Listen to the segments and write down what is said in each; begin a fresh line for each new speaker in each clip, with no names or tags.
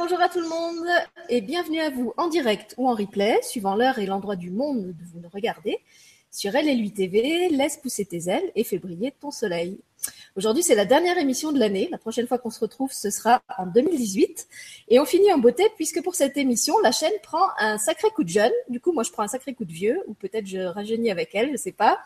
Bonjour à tout le monde et bienvenue à vous en direct ou en replay, suivant l'heure et l'endroit du monde où vous nous regardez, sur LLU TV, laisse pousser tes ailes et fais briller ton soleil. Aujourd'hui, c'est la dernière émission de l'année. La prochaine fois qu'on se retrouve, ce sera en 2018. Et on finit en beauté puisque pour cette émission, la chaîne prend un sacré coup de jeune. Du coup, moi, je prends un sacré coup de vieux, ou peut-être je rajeunis avec elle, je sais pas.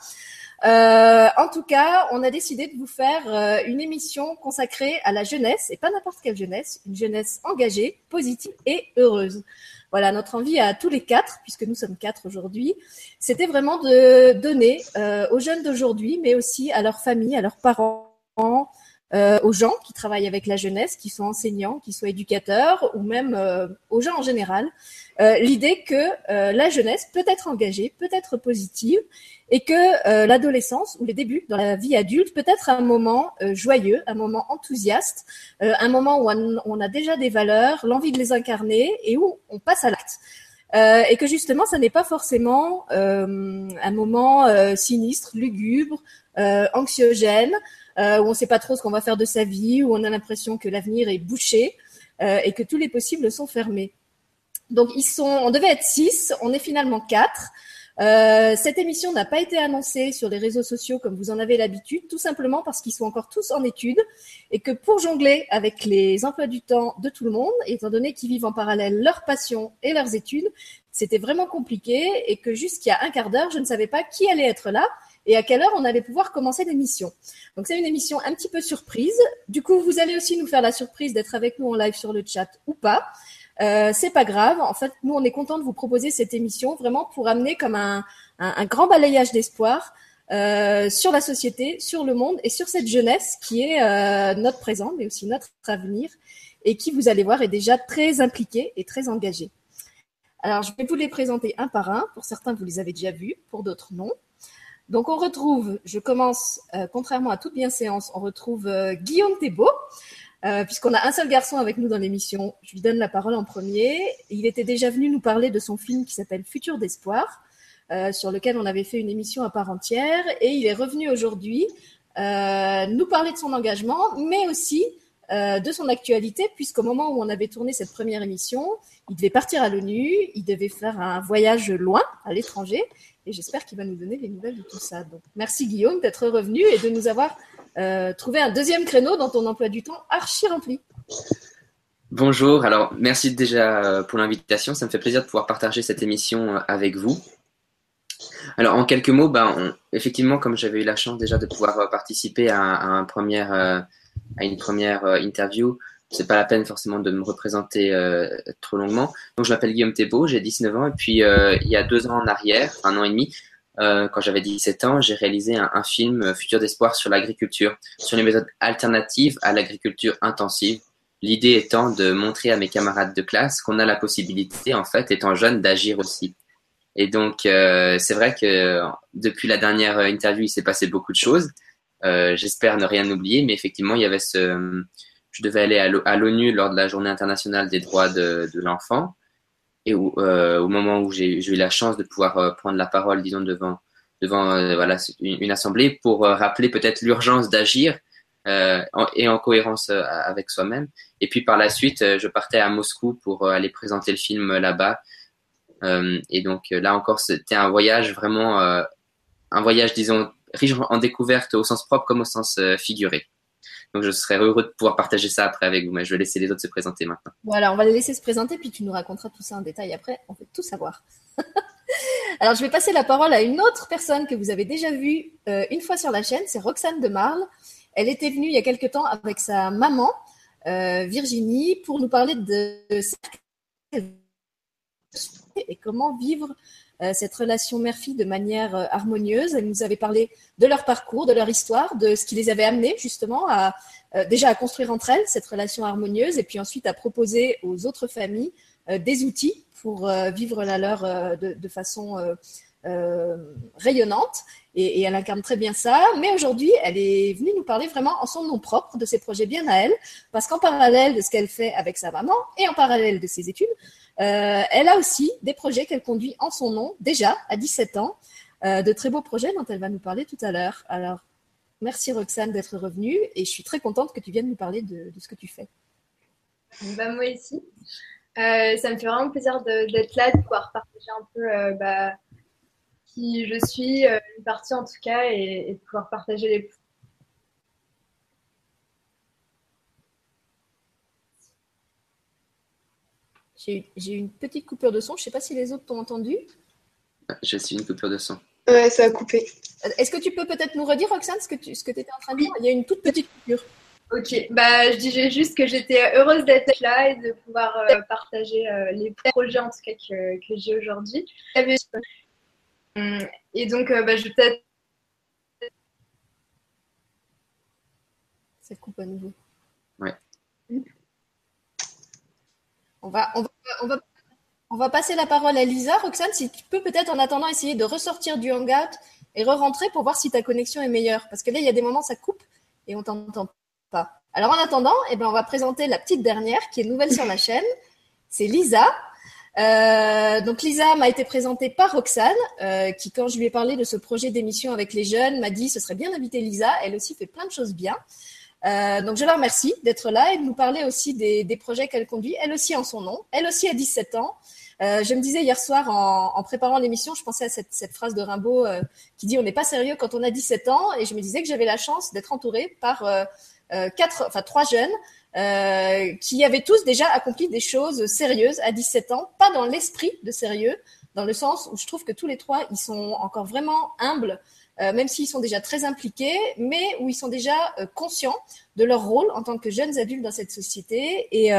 En tout cas, on a décidé de vous faire une émission consacrée à la jeunesse, et pas n'importe quelle jeunesse, une jeunesse engagée, positive et heureuse. Voilà, notre envie à tous les quatre, puisque nous sommes quatre aujourd'hui, c'était vraiment de donner aux jeunes d'aujourd'hui, mais aussi à leurs familles, à leurs parents, aux gens qui travaillent avec la jeunesse, qui sont enseignants, qui soient éducateurs, ou même aux gens en général, l'idée que la jeunesse peut être engagée, peut être positive, et que l'adolescence ou les débuts dans la vie adulte peut être un moment joyeux, un moment enthousiaste, un moment où on a déjà des valeurs, l'envie de les incarner et où on passe à l'acte. Et que justement, ça n'est pas forcément un moment sinistre, lugubre, anxiogène, où on ne sait pas trop ce qu'on va faire de sa vie, où on a l'impression que l'avenir est bouché et que tous les possibles sont fermés. Donc on devait être 6, on est finalement 4. Cette émission n'a pas été annoncée sur les réseaux sociaux comme vous en avez l'habitude, tout simplement parce qu'ils sont encore tous en études et que pour jongler avec les emplois du temps de tout le monde, étant donné qu'ils vivent en parallèle leurs passions et leurs études, c'était vraiment compliqué et que jusqu'il y a un quart d'heure, je ne savais pas qui allait être là et à quelle heure on allait pouvoir commencer l'émission. Donc c'est une émission un petit peu surprise. Du coup, vous allez aussi nous faire la surprise d'être avec nous en live sur le chat ou pas. C'est pas grave. En fait, nous, on est content de vous proposer cette émission vraiment pour amener comme un grand balayage d'espoir sur la société, sur le monde et sur cette jeunesse qui est notre présent, mais aussi notre avenir et qui, vous allez voir, est déjà très impliquée et très engagée. Alors, je vais vous les présenter un par un. Pour certains, vous les avez déjà vus, pour d'autres, non. Donc, on retrouve, je commence, contrairement à toute bienséance, on retrouve Guillaume Thébault. Puisqu'on a un seul garçon avec nous dans l'émission, je lui donne la parole en premier. Il était déjà venu nous parler de son film qui s'appelle Futur d'espoir, sur lequel on avait fait une émission à part entière. Et il est revenu aujourd'hui nous parler de son engagement, mais aussi de son actualité, puisqu'au moment où on avait tourné cette première émission, il devait partir à l'ONU, il devait faire un voyage loin, à l'étranger, et j'espère qu'il va nous donner les nouvelles de tout ça. Donc, merci Guillaume d'être revenu et de nous avoir trouvé un deuxième créneau dans ton emploi du temps archi rempli.
Bonjour, alors merci déjà pour l'invitation, ça me fait plaisir de pouvoir partager cette émission avec vous. Alors en quelques mots, effectivement comme j'avais eu la chance déjà de pouvoir participer à une première interview, c'est pas la peine forcément de me représenter trop longuement. Donc je m'appelle Guillaume Thébault, j'ai 19 ans et puis il y a 2 ans en arrière, un an et demi, quand j'avais 17 ans, j'ai réalisé un film Futur d'espoir sur l'agriculture, sur les méthodes alternatives à l'agriculture intensive. L'idée étant de montrer à mes camarades de classe qu'on a la possibilité, en fait, étant jeune, d'agir aussi. Et donc, c'est vrai que depuis la dernière interview, il s'est passé beaucoup de choses. J'espère ne rien oublier, mais effectivement, il y avait je devais aller à l'ONU lors de la Journée internationale des droits de l'enfant. Et au moment où j'ai eu la chance de pouvoir prendre la parole, disons, devant voilà, une assemblée pour rappeler peut-être l'urgence d'agir et en cohérence avec soi-même. Et puis par la suite, je partais à Moscou pour aller présenter le film là-bas. Et donc là encore, c'était un voyage vraiment, un voyage, disons, riche en découvertes au sens propre comme au sens figuré. Donc je serais heureux de pouvoir partager ça après avec vous, mais je vais laisser les autres se présenter maintenant.
Voilà, on va les laisser se présenter, puis tu nous raconteras tout ça en détail après, on veut tout savoir. Alors je vais passer la parole à une autre personne que vous avez déjà vue une fois sur la chaîne, c'est Roxane de Marle. Elle était venue il y a quelque temps avec sa maman, Virginie, pour nous parler de et comment vivre cette relation mère-fille de manière harmonieuse. Elle nous avait parlé de leur parcours, de leur histoire, de ce qui les avait amenés justement déjà à construire entre elles cette relation harmonieuse et puis ensuite à proposer aux autres familles des outils pour vivre la leur de façon rayonnante. Et elle incarne très bien ça. Mais aujourd'hui, elle est venue nous parler vraiment en son nom propre de ses projets bien à elle, parce qu'en parallèle de ce qu'elle fait avec sa maman et en parallèle de ses études, elle a aussi des projets qu'elle conduit en son nom, déjà à 17 ans, de très beaux projets dont elle va nous parler tout à l'heure. Alors, merci Roxane d'être revenue et je suis très contente que tu viennes nous parler de ce que tu fais.
Bah, moi aussi. Ça me fait vraiment plaisir d'être là, de pouvoir partager un peu qui je suis, une partie en tout cas, et de pouvoir partager les.
J'ai eu une petite coupure de son. Je ne sais pas si les autres t'ont entendu.
Je suis une coupure de son.
Ouais, ça a coupé.
Est-ce que tu peux peut-être nous redire, Roxane, ce que tu étais en train de dire? Il y a une toute petite coupure.
Ok, bah, je disais juste que j'étais heureuse d'être là et de pouvoir partager les projets en tout cas que j'ai aujourd'hui. Et donc, bah, je vais peut-être.
Ça coupe à nouveau.
Ouais.
On va passer la parole à Lisa. Roxane, si tu peux peut-être en attendant essayer de ressortir du Hangout et re-rentrer pour voir si ta connexion est meilleure. Parce que là, il y a des moments, ça coupe et on t'entend pas. Alors en attendant, on va présenter la petite dernière qui est nouvelle sur la chaîne. C'est Lisa. Donc Lisa m'a été présentée par Roxane, qui quand je lui ai parlé de ce projet d'émission avec les jeunes, m'a dit ce serait bien d'inviter Lisa. Elle aussi fait plein de choses bien. Donc je la remercie d'être là et de nous parler aussi des projets qu'elle conduit. Elle aussi en son nom. Elle aussi a 17 ans. Je me disais hier soir en préparant l'émission, je pensais à cette phrase de Rimbaud qui dit on n'est pas sérieux quand on a 17 ans, et je me disais que j'avais la chance d'être entourée par trois jeunes qui avaient tous déjà accompli des choses sérieuses à 17 ans, pas dans l'esprit de sérieux, dans le sens où je trouve que tous les trois ils sont encore vraiment humbles, même s'ils sont déjà très impliqués, mais où ils sont déjà conscients de leur rôle en tant que jeunes adultes dans cette société et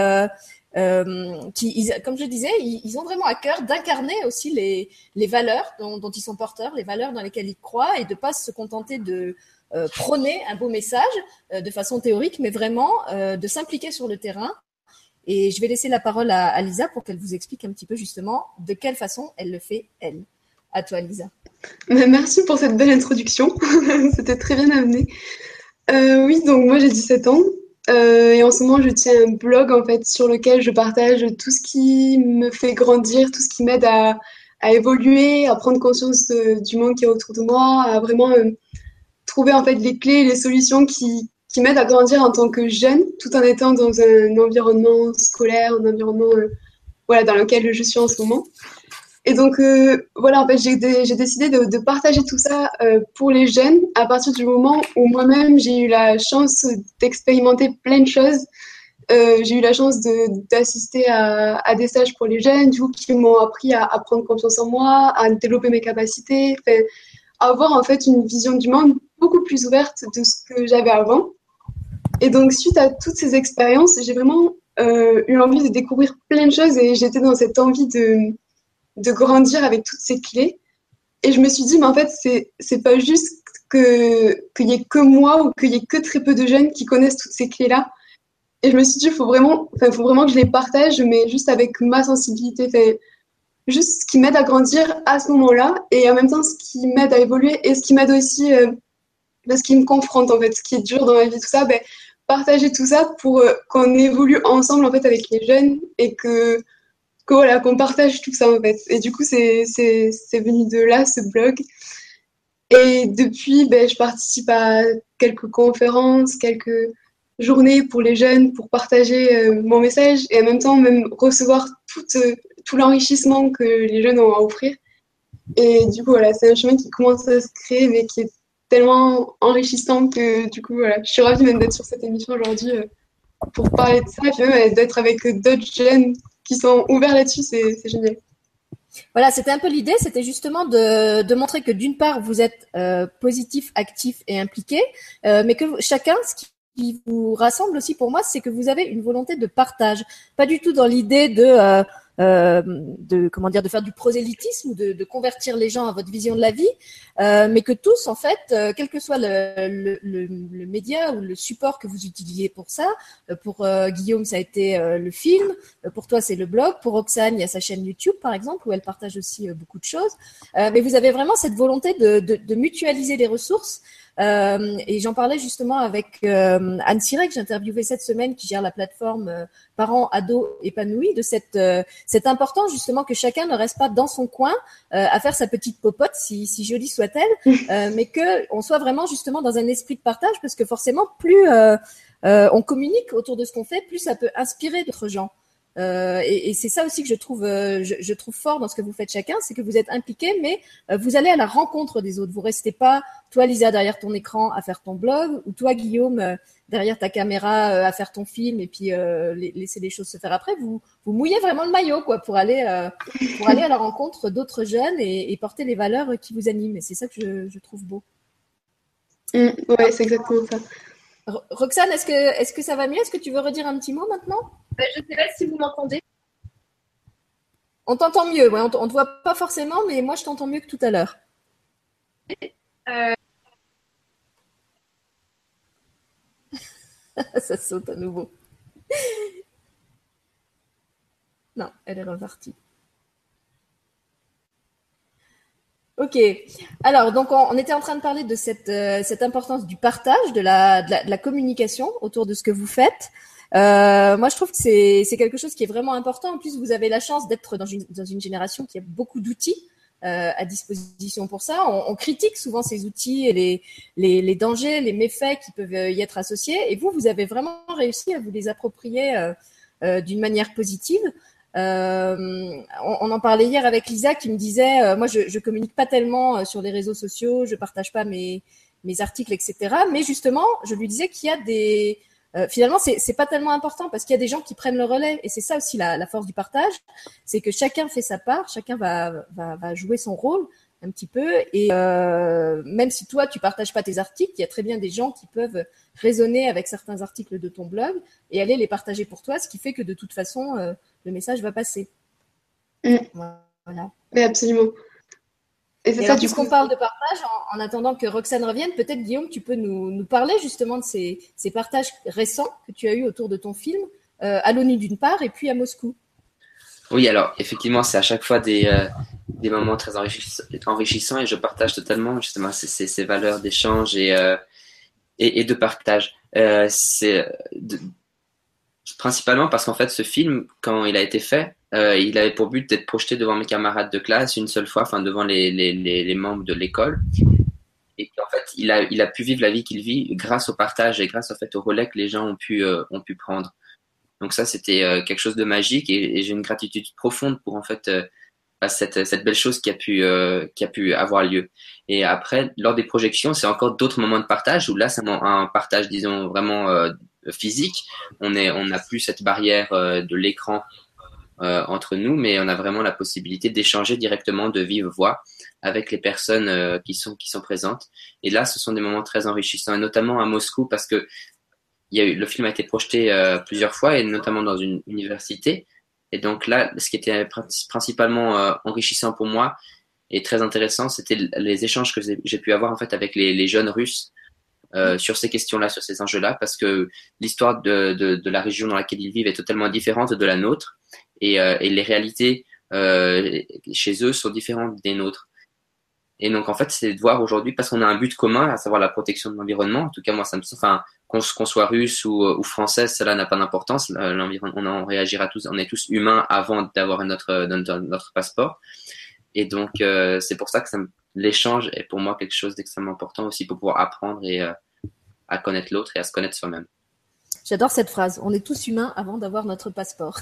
comme je disais, ils ont vraiment à cœur d'incarner aussi les valeurs dont ils sont porteurs, les valeurs dans lesquelles ils croient, et de pas se contenter de prôner un beau message de façon théorique, mais vraiment de s'impliquer sur le terrain. Et je vais laisser la parole à Lisa pour qu'elle vous explique un petit peu justement de quelle façon elle le fait, elle. À toi, Lisa.
Merci pour cette belle introduction. C'était très bien amené. Oui, donc moi j'ai 17 ans. Et en ce moment, je tiens un blog en fait sur lequel je partage tout ce qui me fait grandir, tout ce qui m'aide à évoluer, à prendre conscience du monde qui est autour de moi, à vraiment trouver en fait les clés, les solutions qui m'aident à grandir en tant que jeune, tout en étant dans un environnement scolaire, un environnement dans lequel je suis en ce moment. Et donc, en fait, j'ai décidé de partager tout ça pour les jeunes à partir du moment où moi-même, j'ai eu la chance d'expérimenter plein de choses. J'ai eu la chance d'assister à des stages pour les jeunes, du coup, qui m'ont appris à prendre confiance en moi, à développer mes capacités, avoir en fait une vision du monde beaucoup plus ouverte de ce que j'avais avant. Et donc, suite à toutes ces expériences, j'ai vraiment eu envie de découvrir plein de choses, et j'étais dans cette envie de grandir avec toutes ces clés. Et je me suis dit, mais en fait, c'est pas juste qu'il y ait que moi ou qu'il y ait que très peu de jeunes qui connaissent toutes ces clés-là. Et je me suis dit, faut vraiment que je les partage, mais juste avec ma sensibilité, juste ce qui m'aide à grandir à ce moment-là, et en même temps, ce qui m'aide à évoluer, et ce qui m'aide aussi, ce qui me confronte, en fait, ce qui est dur dans ma vie, tout ça, partager tout ça pour qu'on évolue ensemble, en fait, avec les jeunes, et qu'on partage tout ça en fait. Et du coup, c'est venu de là, ce blog. Et depuis, je participe à quelques conférences, quelques journées pour les jeunes, pour partager mon message, et en même temps, même recevoir tout l'enrichissement que les jeunes ont à offrir. Et du coup, c'est un chemin qui commence à se créer, mais qui est tellement enrichissant que du coup, je suis ravie même d'être sur cette émission aujourd'hui pour parler de ça, et puis même d'être avec d'autres jeunes qui sont ouverts là-dessus, c'est génial.
Voilà, c'était un peu l'idée, c'était justement de montrer que d'une part, vous êtes positif, actif et impliqué, mais que chacun, ce qui vous rassemble aussi pour moi, c'est que vous avez une volonté de partage. Pas du tout dans l'idée de faire du prosélytisme ou de convertir les gens à votre vision de la vie, mais que tous, en fait, quel que soit le média ou le support que vous utilisez pour ça, pour Guillaume, ça a été le film, pour toi, c'est le blog, pour Roxane, il y a sa chaîne YouTube, par exemple, où elle partage aussi beaucoup de choses, mais vous avez vraiment cette volonté de mutualiser les ressources, Et j'en parlais justement avec Anne Siré, que j'interviewais cette semaine, qui gère la plateforme Parents, Ados épanouis, de cette importance justement que chacun ne reste pas dans son coin à faire sa petite popote, si jolie soit-elle, mais que on soit vraiment justement dans un esprit de partage, parce que forcément, plus on communique autour de ce qu'on fait, plus ça peut inspirer d'autres gens. Et c'est ça aussi que je trouve fort dans ce que vous faites chacun, c'est que vous êtes impliqués, mais vous allez à la rencontre des autres. Vous restez pas, toi Lisa, derrière ton écran à faire ton blog, ou toi Guillaume, derrière ta caméra à faire ton film, et puis laisser les choses se faire après. Vous mouillez vraiment le maillot, quoi, pour aller à la rencontre d'autres jeunes et porter les valeurs qui vous animent. Et c'est ça que je trouve beau.
Ouais, c'est exactement ça.
Roxane, est-ce que ça va mieux? Est-ce que tu veux redire un petit mot maintenant?
Je ne sais pas si vous m'entendez.
On t'entend mieux, ouais, on ne te voit pas forcément, mais moi je t'entends mieux que tout à l'heure. Ça saute à nouveau. Non, elle est repartie. Ok. Alors, donc, on était en train de parler de cette importance du partage, de la communication autour de ce que vous faites. Moi, je trouve que c'est quelque chose qui est vraiment important. En plus, vous avez la chance d'être dans une génération qui a beaucoup d'outils à disposition pour ça. On critique souvent ces outils et les dangers, les méfaits qui peuvent y être associés. Et vous avez vraiment réussi à vous les approprier d'une manière positive. On en parlait hier avec Lisa qui me disait moi je communique pas tellement sur les réseaux sociaux, je partage pas mes articles, etc. Mais justement, je lui disais qu'il y a des finalement c'est pas tellement important parce qu'il y a des gens qui prennent le relais, et c'est ça aussi la force du partage, c'est que chacun fait sa part, chacun va jouer son rôle un petit peu, et même si toi tu partages pas tes articles, il y a très bien des gens qui peuvent raisonner avec certains articles de ton blog et aller les partager pour toi, ce qui fait que de toute façon le message va passer. Voilà.
Mais absolument. Et c'est ça,
du coup, puisqu'on parle de partage, en attendant que Roxane revienne, peut-être Guillaume, tu peux nous parler justement de ces partages récents que tu as eu autour de ton film, à l'ONU d'une part, et puis à Moscou.
Oui, alors effectivement, c'est à chaque fois des moments très enrichissants, et je partage totalement justement ces valeurs d'échange et de partage. Principalement parce qu'en fait, ce film, quand il a été fait, il avait pour but d'être projeté devant mes camarades de classe une seule fois, enfin devant les membres de l'école. Et qu'en fait, il a pu vivre la vie qu'il vit grâce au partage et grâce au fait au relais que les gens ont pu prendre. Donc ça, c'était quelque chose de magique, et j'ai une gratitude profonde pour en fait cette belle chose qui a pu avoir lieu. Et après, lors des projections, c'est encore d'autres moments de partage où là, c'est un partage, disons, vraiment physique. On n'a plus cette barrière de l'écran entre nous, mais on a vraiment la possibilité d'échanger directement de vive voix avec les personnes qui sont présentes. Et là, ce sont des moments très enrichissants, et notamment à Moscou, parce que le film a été projeté plusieurs fois, et notamment dans une université. Et donc là, ce qui était principalement enrichissant pour moi et très intéressant, c'était les échanges que j'ai pu avoir en fait avec les jeunes Russes sur ces questions-là, sur ces enjeux-là, parce que l'histoire de la région dans laquelle ils vivent est totalement différente de la nôtre, et les réalités chez eux sont différentes des nôtres. Et donc en fait, c'est de voir aujourd'hui, parce qu'on a un but commun, à savoir la protection de l'environnement. En tout cas, moi, ça me semble, enfin, qu'on soit russe ou français, cela n'a pas d'importance. L'environnement, on en réagira tous. On est tous humains avant d'avoir notre passeport. Et donc, c'est pour ça que l'échange est pour moi quelque chose d'extrêmement important aussi, pour pouvoir apprendre et à connaître l'autre et à se connaître soi-même.
J'adore cette phrase. On est tous humains avant d'avoir notre passeport.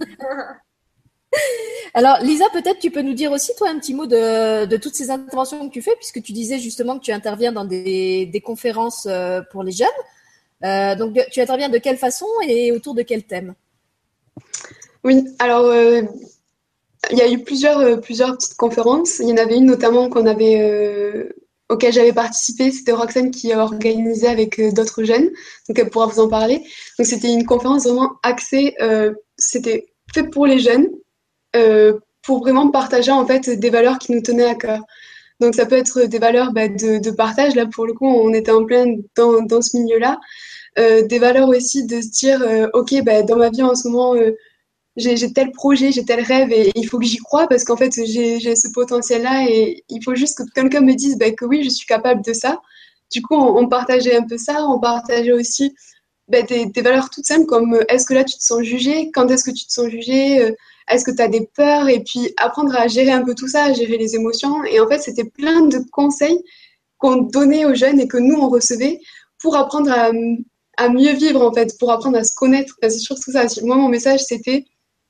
Alors, Lisa, peut-être tu peux nous dire aussi, toi, un petit mot de toutes ces interventions que tu fais, puisque tu disais justement que tu interviens dans des conférences pour les jeunes. Donc, tu interviens de quelle façon et autour de quel thème?
Oui, alors il y a eu plusieurs petites conférences. Il y en avait une notamment auquel j'avais participé. C'était Roxane qui a organisé avec d'autres jeunes. Donc, elle pourra vous en parler. Donc, c'était une conférence vraiment axée. C'était fait pour les jeunes, pour vraiment partager en fait des valeurs qui nous tenaient à cœur. Donc, ça peut être des valeurs de partage. Là, pour le coup, on était en plein dans ce milieu-là. Des valeurs aussi de se dire, OK, dans ma vie en ce moment, j'ai tel projet, j'ai tel rêve, et il faut que j'y croie parce qu'en fait, j'ai ce potentiel-là, et il faut juste que quelqu'un me dise que oui, je suis capable de ça. Du coup, on partageait un peu ça, on partageait aussi des valeurs toutes simples comme est-ce que là tu te sens jugé, quand est-ce que tu te sens jugé, est-ce que tu as des peurs, et puis apprendre à gérer un peu tout ça, à gérer les émotions. Et en fait, c'était plein de conseils qu'on donnait aux jeunes et que nous, on recevait pour apprendre à mieux vivre, en fait, pour apprendre à se connaître. Enfin, c'est surtout ça. Moi, mon message, c'était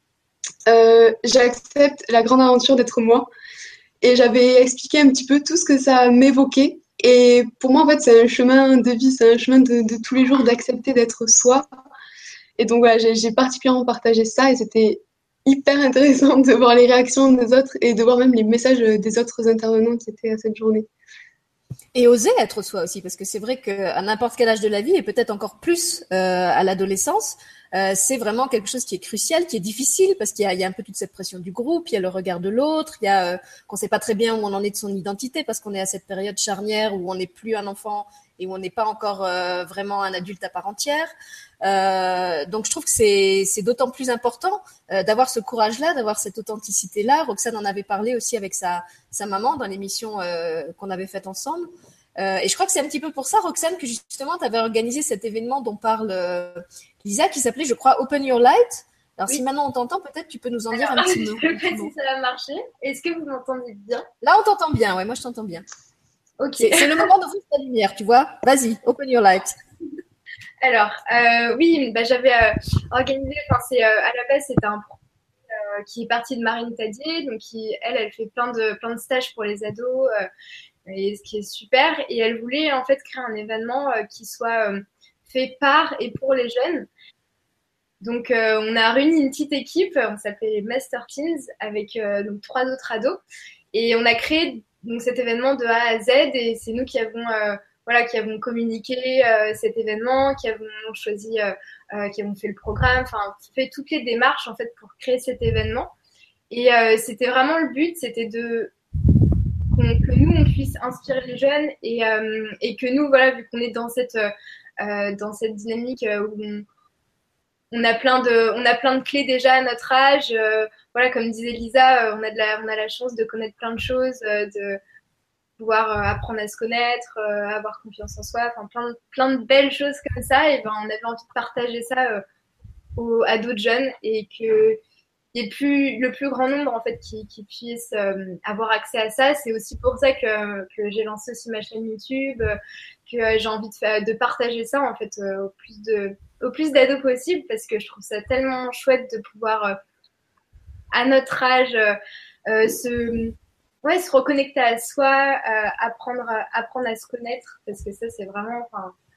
j'accepte la grande aventure d'être moi. Et j'avais expliqué un petit peu tout ce que ça m'évoquait. Et pour moi, en fait, c'est un chemin de vie, c'est un chemin de tous les jours d'accepter d'être soi. Et donc, voilà, j'ai particulièrement partagé ça et c'était hyper intéressant de voir les réactions des autres et de voir même les messages des autres intervenants qui étaient à cette journée.
Et oser être soi aussi, parce que c'est vrai qu'à n'importe quel âge de la vie, et peut-être encore plus à l'adolescence, c'est vraiment quelque chose qui est crucial, qui est difficile, parce qu'il y a un peu toute cette pression du groupe, il y a le regard de l'autre, il y a qu'on sait pas très bien où on en est de son identité, parce qu'on est à cette période charnière où on n'est plus un enfant et où on n'est pas encore vraiment un adulte à part entière. Donc je trouve que c'est d'autant plus important d'avoir ce courage-là, d'avoir cette authenticité-là. Roxane en avait parlé aussi avec sa maman dans l'émission qu'on avait faite ensemble. Et je crois que c'est un petit peu pour ça, Roxane, que justement tu avais organisé cet événement dont parle Lisa, qui s'appelait, je crois, Open Your Light. Alors si maintenant on t'entend, peut-être tu peux nous en dire un petit mot.
Je ne sais pas si ça va marcher. Est-ce que vous m'entendez bien?
Là on t'entend bien, ouais, moi je t'entends bien.
Ok.
C'est le moment d'ouvrir ta lumière, tu vois. Vas-y, Open Your Light.
Alors, oui, j'avais organisé, à la base, c'était un projet qui est parti de Marine Tadier, donc elle fait plein de stages pour les ados, et ce qui est super, et elle voulait en fait créer un événement qui soit fait par et pour les jeunes. Donc, on a réuni une petite équipe, on s'appelait les Master Teens, avec donc 3 autres ados, et on a créé donc cet événement de A à Z, et c'est nous qui avons communiqué cet événement, qui avons choisi, qui avons fait le programme, enfin fait toutes les démarches en fait pour créer cet événement. Et c'était vraiment le but, c'était que nous on puisse inspirer les jeunes et que nous, voilà, vu qu'on est dans cette dynamique où on a plein de clés déjà à notre âge. Voilà, comme disait Lisa, on a la chance de connaître plein de choses, de pouvoir apprendre à se connaître, avoir confiance en soi, enfin plein de belles choses comme ça. Et on avait envie de partager ça à d'autres jeunes et que il y ait le plus grand nombre en fait qui puisse avoir accès à ça. C'est aussi pour ça que j'ai lancé aussi ma chaîne YouTube, que j'ai envie de partager ça en fait au plus d'ados possible, parce que je trouve ça tellement chouette de pouvoir à notre âge se reconnecter à soi, apprendre à se connaître, parce que ça c'est vraiment,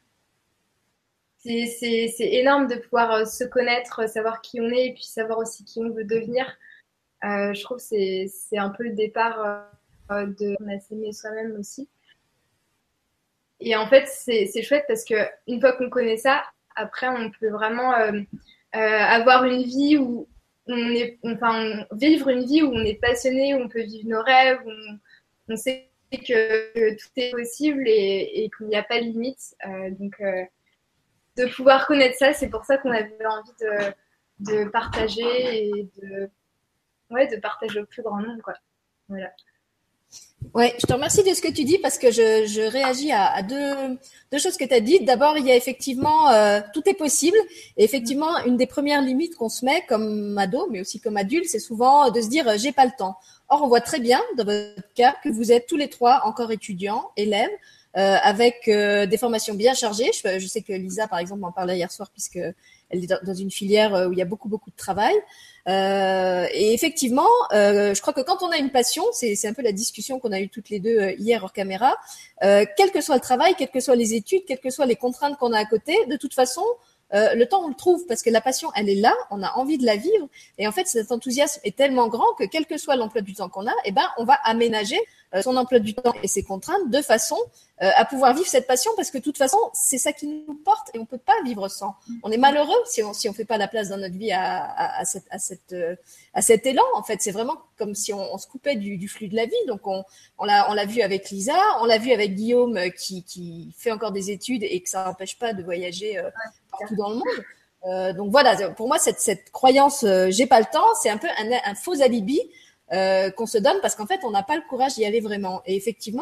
c'est énorme de pouvoir se connaître, savoir qui on est et puis savoir aussi qui on veut devenir. Je trouve que c'est un peu le départ de s'aimer soi-même aussi. Et en fait, c'est chouette parce que une fois qu'on connaît ça, après, on peut vraiment avoir une vie où vivre une vie où on est passionné, où on peut vivre nos rêves, où on sait que tout est possible et qu'il n'y a pas de limite. Donc, de pouvoir connaître ça, c'est pour ça qu'on avait envie de partager et de partager au plus grand nombre, quoi. Voilà.
Ouais, je te remercie de ce que tu dis parce que je réagis à deux choses que tu as dites. D'abord, il y a effectivement tout est possible. Et effectivement, une des premières limites qu'on se met comme ado, mais aussi comme adulte, c'est souvent de se dire j'ai pas le temps. Or, on voit très bien dans votre cas que vous êtes tous les trois encore étudiants, élèves, avec des formations bien chargées. Je sais que Lisa, par exemple, m'en parlait hier soir puisque elle est dans une filière où il y a beaucoup de travail. Et effectivement, je crois que quand on a une passion, c'est un peu la discussion qu'on a eue toutes les deux hier hors caméra, quel que soit le travail, quelles que soient les études, quelles que soient les contraintes qu'on a à côté, de toute façon, le temps on le trouve parce que la passion elle est là, on a envie de la vivre et en fait cet enthousiasme est tellement grand que quel que soit l'emploi du temps qu'on a, on va aménager son emploi du temps et ses contraintes de façon à pouvoir vivre cette passion parce que de toute façon c'est ça qui nous porte et on peut pas vivre sans. On est malheureux si on fait pas la place dans notre vie à cet élan. En fait, c'est vraiment comme si on se coupait du flux de la vie. Donc on l'a vu avec Lisa, on l'a vu avec Guillaume qui fait encore des études et que ça n'empêche pas de voyager partout dans le monde. Donc voilà, pour moi cette croyance j'ai pas le temps, c'est un peu un faux alibi qu'on se donne parce qu'en fait on n'a pas le courage d'y aller vraiment. Et effectivement,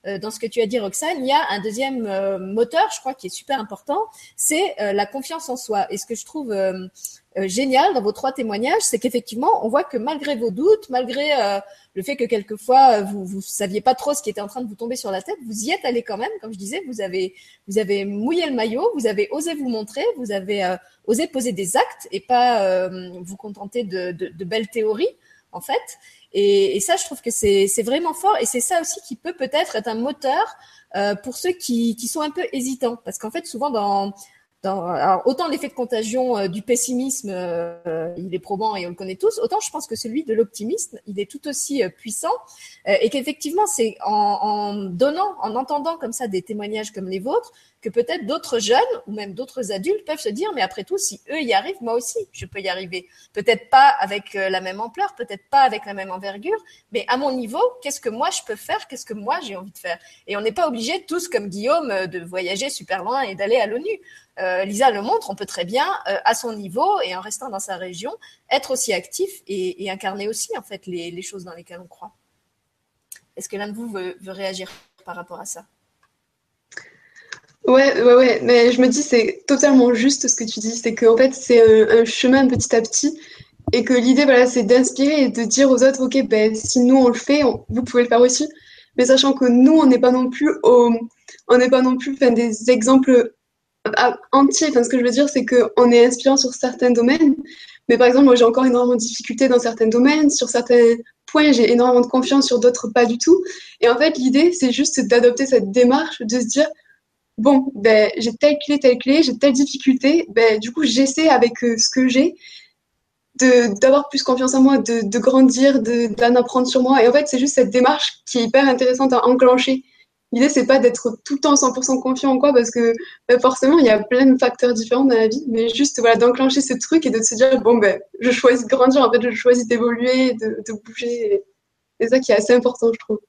dans ce que tu as dit, Roxane, il y a un deuxième moteur, je crois, qui est super important, c'est la confiance en soi. Et ce que je trouve génial dans vos 3 témoignages, c'est qu'effectivement, on voit que malgré vos doutes, malgré le fait que quelquefois vous saviez pas trop ce qui était en train de vous tomber sur la tête, vous y êtes allé quand même. Comme je disais, vous avez mouillé le maillot, vous avez osé vous montrer, vous avez osé poser des actes et pas vous contenter de belles théories, en fait. Et ça, je trouve que c'est vraiment fort, et c'est ça aussi qui peut peut-être être un moteur pour ceux qui sont un peu hésitants, parce qu'en fait, souvent alors, autant l'effet de contagion du pessimisme, il est probant et on le connaît tous, autant je pense que celui de l'optimisme, il est tout aussi puissant, et qu'effectivement, c'est en entendant comme ça des témoignages comme les vôtres, que peut-être d'autres jeunes ou même d'autres adultes peuvent se dire, mais après tout, si eux y arrivent, moi aussi, je peux y arriver. Peut-être pas avec la même ampleur, peut-être pas avec la même envergure, mais à mon niveau, qu'est-ce que moi je peux faire, qu'est-ce que moi j'ai envie de faire. Et on n'est pas obligé tous, comme Guillaume, de voyager super loin et d'aller à l'ONU. Lisa le montre, on peut très bien, à son niveau et en restant dans sa région, être aussi actif et incarner aussi en fait les choses dans lesquelles on croit. Est-ce que l'un de vous veut réagir par rapport à ça?
Ouais, mais je me dis, c'est totalement juste ce que tu dis, c'est qu'en fait, c'est un chemin petit à petit, et que l'idée, voilà, c'est d'inspirer et de dire aux autres, ok, ben, si nous on le fait, vous pouvez le faire aussi, mais sachant que nous, on n'est pas non plus enfin, des exemples entiers. Enfin, ce que je veux dire, c'est qu'on est inspirant sur certains domaines, mais par exemple, moi, j'ai encore énormément de difficultés dans certains domaines, sur certains points, j'ai énormément de confiance, sur d'autres, pas du tout. Et en fait, l'idée, c'est juste d'adopter cette démarche, de se dire, bon, ben, j'ai telle clé, j'ai telle difficulté, ben, du coup, j'essaie avec ce que j'ai d'avoir plus confiance en moi, de grandir, d'en apprendre sur moi. Et en fait, c'est juste cette démarche qui est hyper intéressante à enclencher. L'idée, c'est pas d'être tout le temps 100% confiant en quoi, parce que ben, forcément, il y a plein de facteurs différents dans la vie, mais juste voilà, d'enclencher ce truc et de se dire, bon, ben, je choisis de grandir, en fait, je choisis d'évoluer, de bouger. Et c'est ça qui est assez important, je trouve.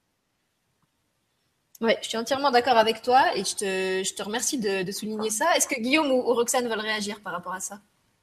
Ouais, je suis entièrement d'accord avec toi et je te remercie de souligner ça. Est-ce que Guillaume ou Roxane veulent réagir par rapport à ça?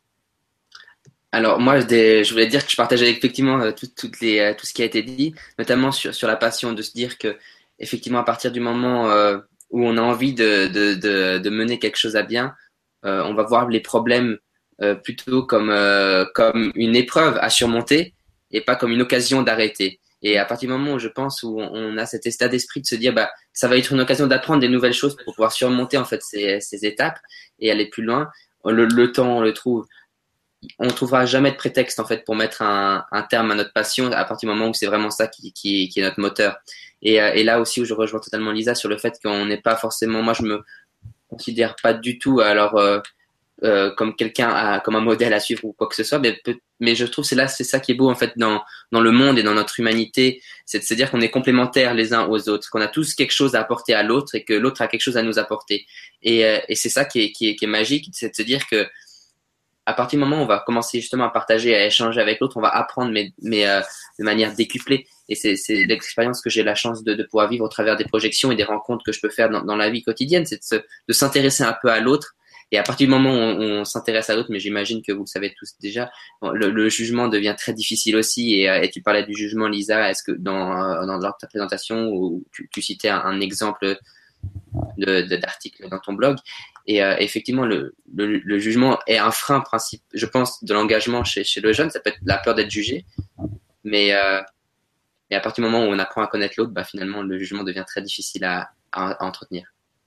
Alors moi, je voulais dire que je partage effectivement tout ce qui a été dit, notamment sur la passion, de se dire que effectivement à partir du moment où on a envie de mener quelque chose à bien, on va voir les problèmes plutôt comme une épreuve à surmonter et pas comme une occasion d'arrêter. Et à partir du moment où je pense où on a cet état d'esprit de se dire bah ça va être une occasion d'apprendre des nouvelles choses pour pouvoir surmonter en fait ces étapes et aller plus loin, le temps on le trouve. On trouvera jamais de prétexte en fait pour mettre un terme à notre passion à partir du moment où c'est vraiment ça qui est notre moteur. Et là aussi où je rejoins totalement Lisa sur le fait qu'on n'est pas forcément, moi je me considère pas du tout alors comme comme un modèle à suivre ou quoi que ce soit, mais je trouve c'est ça qui est beau en fait dans le monde et dans notre humanité, c'est de se dire qu'on est complémentaires les uns aux autres, qu'on a tous quelque chose à apporter à l'autre et que l'autre a quelque chose à nous apporter. Et c'est ça qui est magique, c'est de se dire que à partir du moment où on va commencer justement à partager, à échanger avec l'autre, on va apprendre mais de manière décuplée. Et c'est l'expérience que j'ai la chance de pouvoir vivre au travers des projections et des rencontres que je peux faire dans la vie quotidienne, c'est de s'intéresser un peu à l'autre. Et à partir du moment où on s'intéresse à l'autre, mais j'imagine que vous le savez tous déjà, le jugement devient très difficile aussi. Et tu parlais du jugement, Lisa. Est-ce que dans ta présentation où tu citais un exemple d'article dans ton blog, et effectivement le jugement est un frein principe, je pense, de l'engagement chez le jeune. Ça peut être la peur d'être jugé, mais à partir du moment où on apprend à connaître l'autre, bah finalement le jugement devient très difficile à entretenir.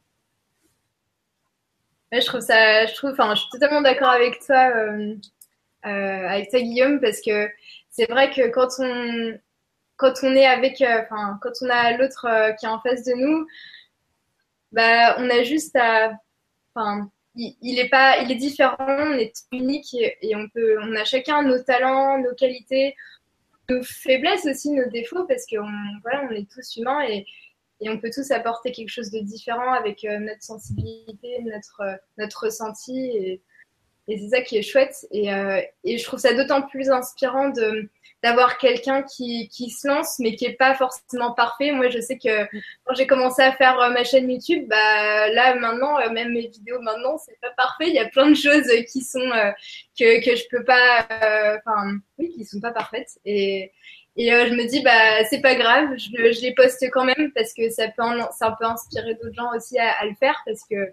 Ouais, enfin, je suis totalement d'accord avec toi, Guillaume, parce que c'est vrai que quand on est avec, enfin, quand on a l'autre qui est en face de nous, bah, on a juste à, enfin, il est différent, on est unique et on a chacun nos talents, nos qualités, nos faiblesses aussi, nos défauts, parce qu'on, voilà, on est tous humains et on peut tous apporter quelque chose de différent avec notre sensibilité, notre ressenti. Et c'est ça qui est chouette. Et je trouve ça d'autant plus inspirant d'avoir quelqu'un qui se lance, mais qui n'est pas forcément parfait. Moi, je sais que quand j'ai commencé à faire ma chaîne YouTube, bah, là, maintenant, même mes vidéos, maintenant, c'est pas parfait. Il y a plein de choses qui sont que je peux pas, enfin, oui, qui sont pas parfaites. Et je me dis, bah, c'est pas grave, je les poste quand même parce que ça peut inspirer d'autres gens aussi à le faire parce que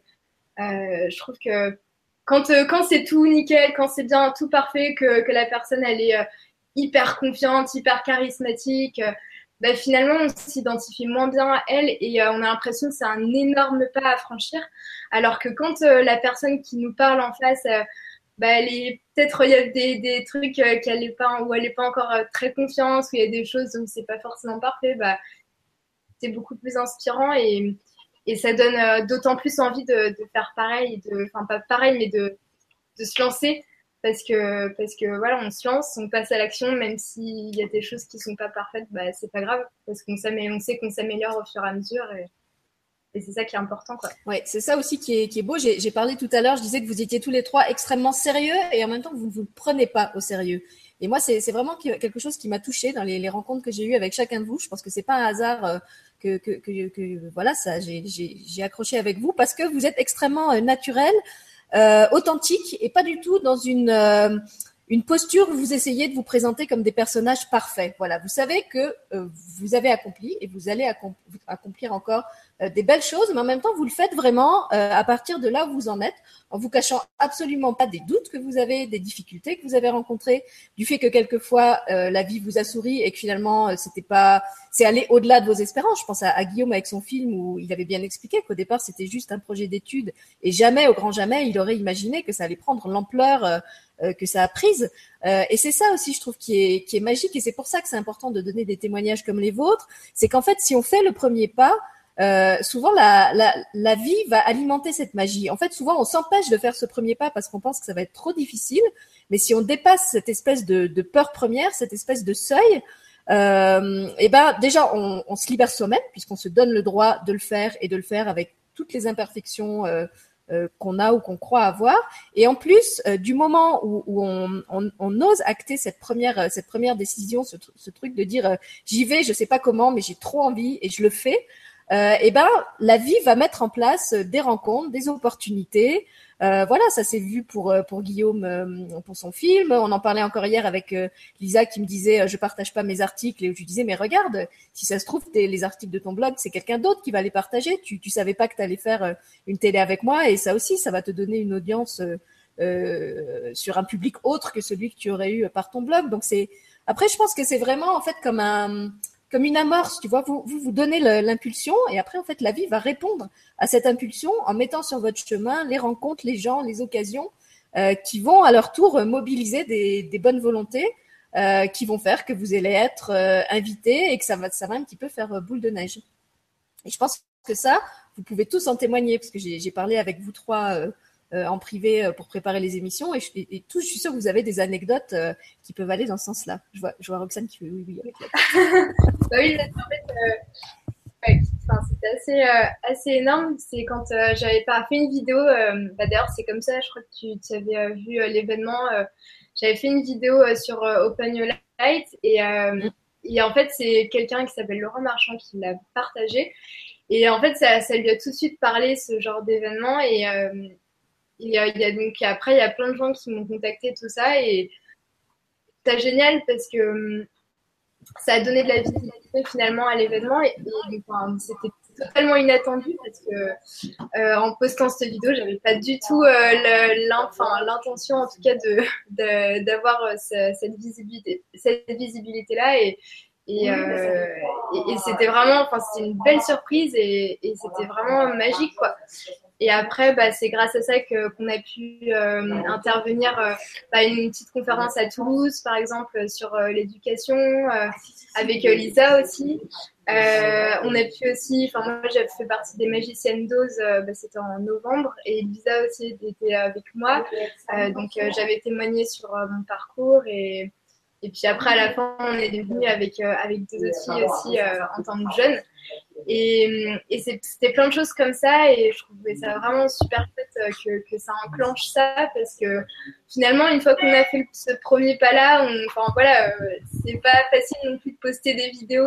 je trouve que quand c'est tout nickel, quand c'est bien tout parfait, que la personne elle est hyper confiante, hyper charismatique, bah, finalement on s'identifie moins bien à elle et on a l'impression que c'est un énorme pas à franchir. Alors que quand la personne qui nous parle en face, bah, peut-être il y a des trucs qu'elle est pas où elle est pas encore très confiante, où il y a des choses où c'est pas forcément parfait, bah c'est beaucoup plus inspirant et ça donne d'autant plus envie de faire pareil, enfin pas pareil, mais de se lancer parce que voilà, on se lance, on passe à l'action, même s'il y a des choses qui sont pas parfaites, bah c'est pas grave parce on sait qu'on s'améliore au fur et à mesure et c'est ça qui est important, quoi.
Oui, c'est ça aussi qui est beau. J'ai parlé tout à l'heure, je disais que vous étiez tous les trois extrêmement sérieux et en même temps, vous ne vous prenez pas au sérieux. Et moi, c'est vraiment quelque chose qui m'a touchée dans les rencontres que j'ai eues avec chacun de vous. Je pense que c'est pas un hasard que voilà, ça, j'ai accroché avec vous parce que vous êtes extrêmement naturel, authentique et pas du tout dans une posture où vous essayez de vous présenter comme des personnages parfaits. Voilà, vous savez que vous avez accompli et vous allez accomplir encore des belles choses, mais en même temps, vous le faites vraiment à partir de là où vous en êtes, en vous cachant absolument pas des doutes que vous avez, des difficultés que vous avez rencontrées, du fait que quelquefois la vie vous a souri et que finalement c'est allé au-delà de vos espérances. Je pense à Guillaume avec son film où il avait bien expliqué qu'au départ c'était juste un projet d'études et jamais, au grand jamais, il aurait imaginé que ça allait prendre l'ampleur que ça a prise. Et c'est ça aussi, je trouve, qui est magique. Et c'est pour ça que c'est important de donner des témoignages comme les vôtres. C'est qu'en fait, si on fait le premier pas, souvent la vie va alimenter cette magie. En fait, souvent, on s'empêche de faire ce premier pas parce qu'on pense que ça va être trop difficile. Mais si on dépasse cette espèce de peur première, cette espèce de seuil, et ben déjà, on se libère soi-même puisqu'on se donne le droit de le faire et de le faire avec toutes les imperfections qu'on a ou qu'on croit avoir. Et en plus, du moment où on ose acter cette première décision, ce truc de dire j'y vais, je sais pas comment, mais j'ai trop envie et je le fais. Et ben la vie va mettre en place des rencontres, des opportunités. Voilà, ça s'est vu pour Guillaume pour son film. On en parlait encore hier avec Lisa qui me disait je partage pas mes articles et je lui disais mais regarde, si ça se trouve les articles de ton blog c'est quelqu'un d'autre qui va les partager. Tu savais pas que tu allais faire une télé avec moi et ça aussi ça va te donner une audience sur un public autre que celui que tu aurais eu par ton blog. Donc c'est après je pense que c'est vraiment en fait comme une amorce, tu vois, vous donnez l'impulsion et après, en fait, la vie va répondre à cette impulsion en mettant sur votre chemin les rencontres, les gens, les occasions qui vont à leur tour mobiliser des bonnes volontés qui vont faire que vous allez être invité et que ça va un petit peu faire boule de neige. Et je pense que ça, vous pouvez tous en témoigner parce que j'ai parlé avec vous trois en privé pour préparer les émissions et tous, je suis sûre que vous avez des anecdotes qui peuvent aller dans ce sens-là. Je vois Roxane qui fait oui avec la
bah oui, en fait, c'était assez énorme. C'est quand j'avais pas fait une vidéo. D'ailleurs, c'est comme ça. Je crois que tu avais vu l'événement. J'avais fait une vidéo sur Open Your Light et en fait, c'est quelqu'un qui s'appelle Laurent Marchand qui l'a partagé. Et en fait, ça lui a tout de suite parlé ce genre d'événement et il y a donc après il y a plein de gens qui m'ont contacté tout ça et c'est génial parce que ça a donné de la visibilité finalement à l'événement et enfin, c'était totalement inattendu parce que en postant cette vidéo j'avais pas du tout l'intention en tout cas d'avoir cette visibilité là et c'était vraiment enfin c'était une belle surprise et c'était vraiment magique quoi. Et après, bah, c'est grâce à ça qu'on a pu intervenir une petite conférence à Toulouse, par exemple, sur l'éducation, avec Lisa aussi. On a pu aussi, enfin moi j'ai fait partie des magiciennes d'Oz, c'était en novembre, et Lisa aussi était avec moi. Donc j'avais témoigné sur mon parcours et puis après à la fin on est venu avec deux autres filles aussi en tant que jeunes. Et c'était plein de choses comme ça et je trouvais ça vraiment super chouette que ça enclenche ça parce que finalement une fois qu'on a fait ce premier pas là enfin voilà c'est pas facile non plus de poster des vidéos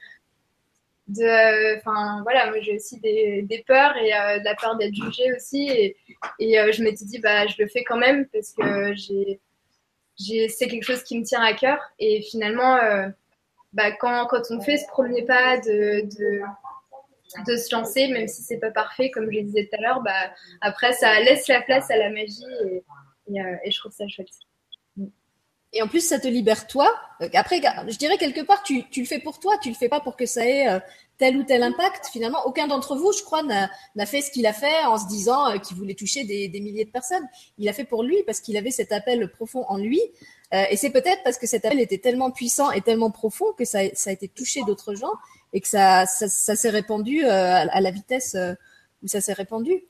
enfin voilà moi j'ai aussi des peurs et de la peur d'être jugée aussi et je m'étais dit bah je le fais quand même parce que c'est quelque chose qui me tient à cœur et finalement quand on fait ce premier pas de se lancer, même si c'est pas parfait, comme je le disais tout à l'heure, après, ça laisse la place à la magie et je trouve ça chouette.
Et en plus, ça te libère toi. Après, je dirais quelque part, tu le fais pour toi, tu le fais pas pour que ça ait tel ou tel impact. Finalement, aucun d'entre vous, je crois, n'a fait ce qu'il a fait en se disant qu'il voulait toucher des milliers de personnes. Il a fait pour lui parce qu'il avait cet appel profond en lui. Et c'est peut-être parce que cet appel était tellement puissant et tellement profond que ça a été touché d'autres gens et que ça s'est répandu à la vitesse où ça s'est répandu.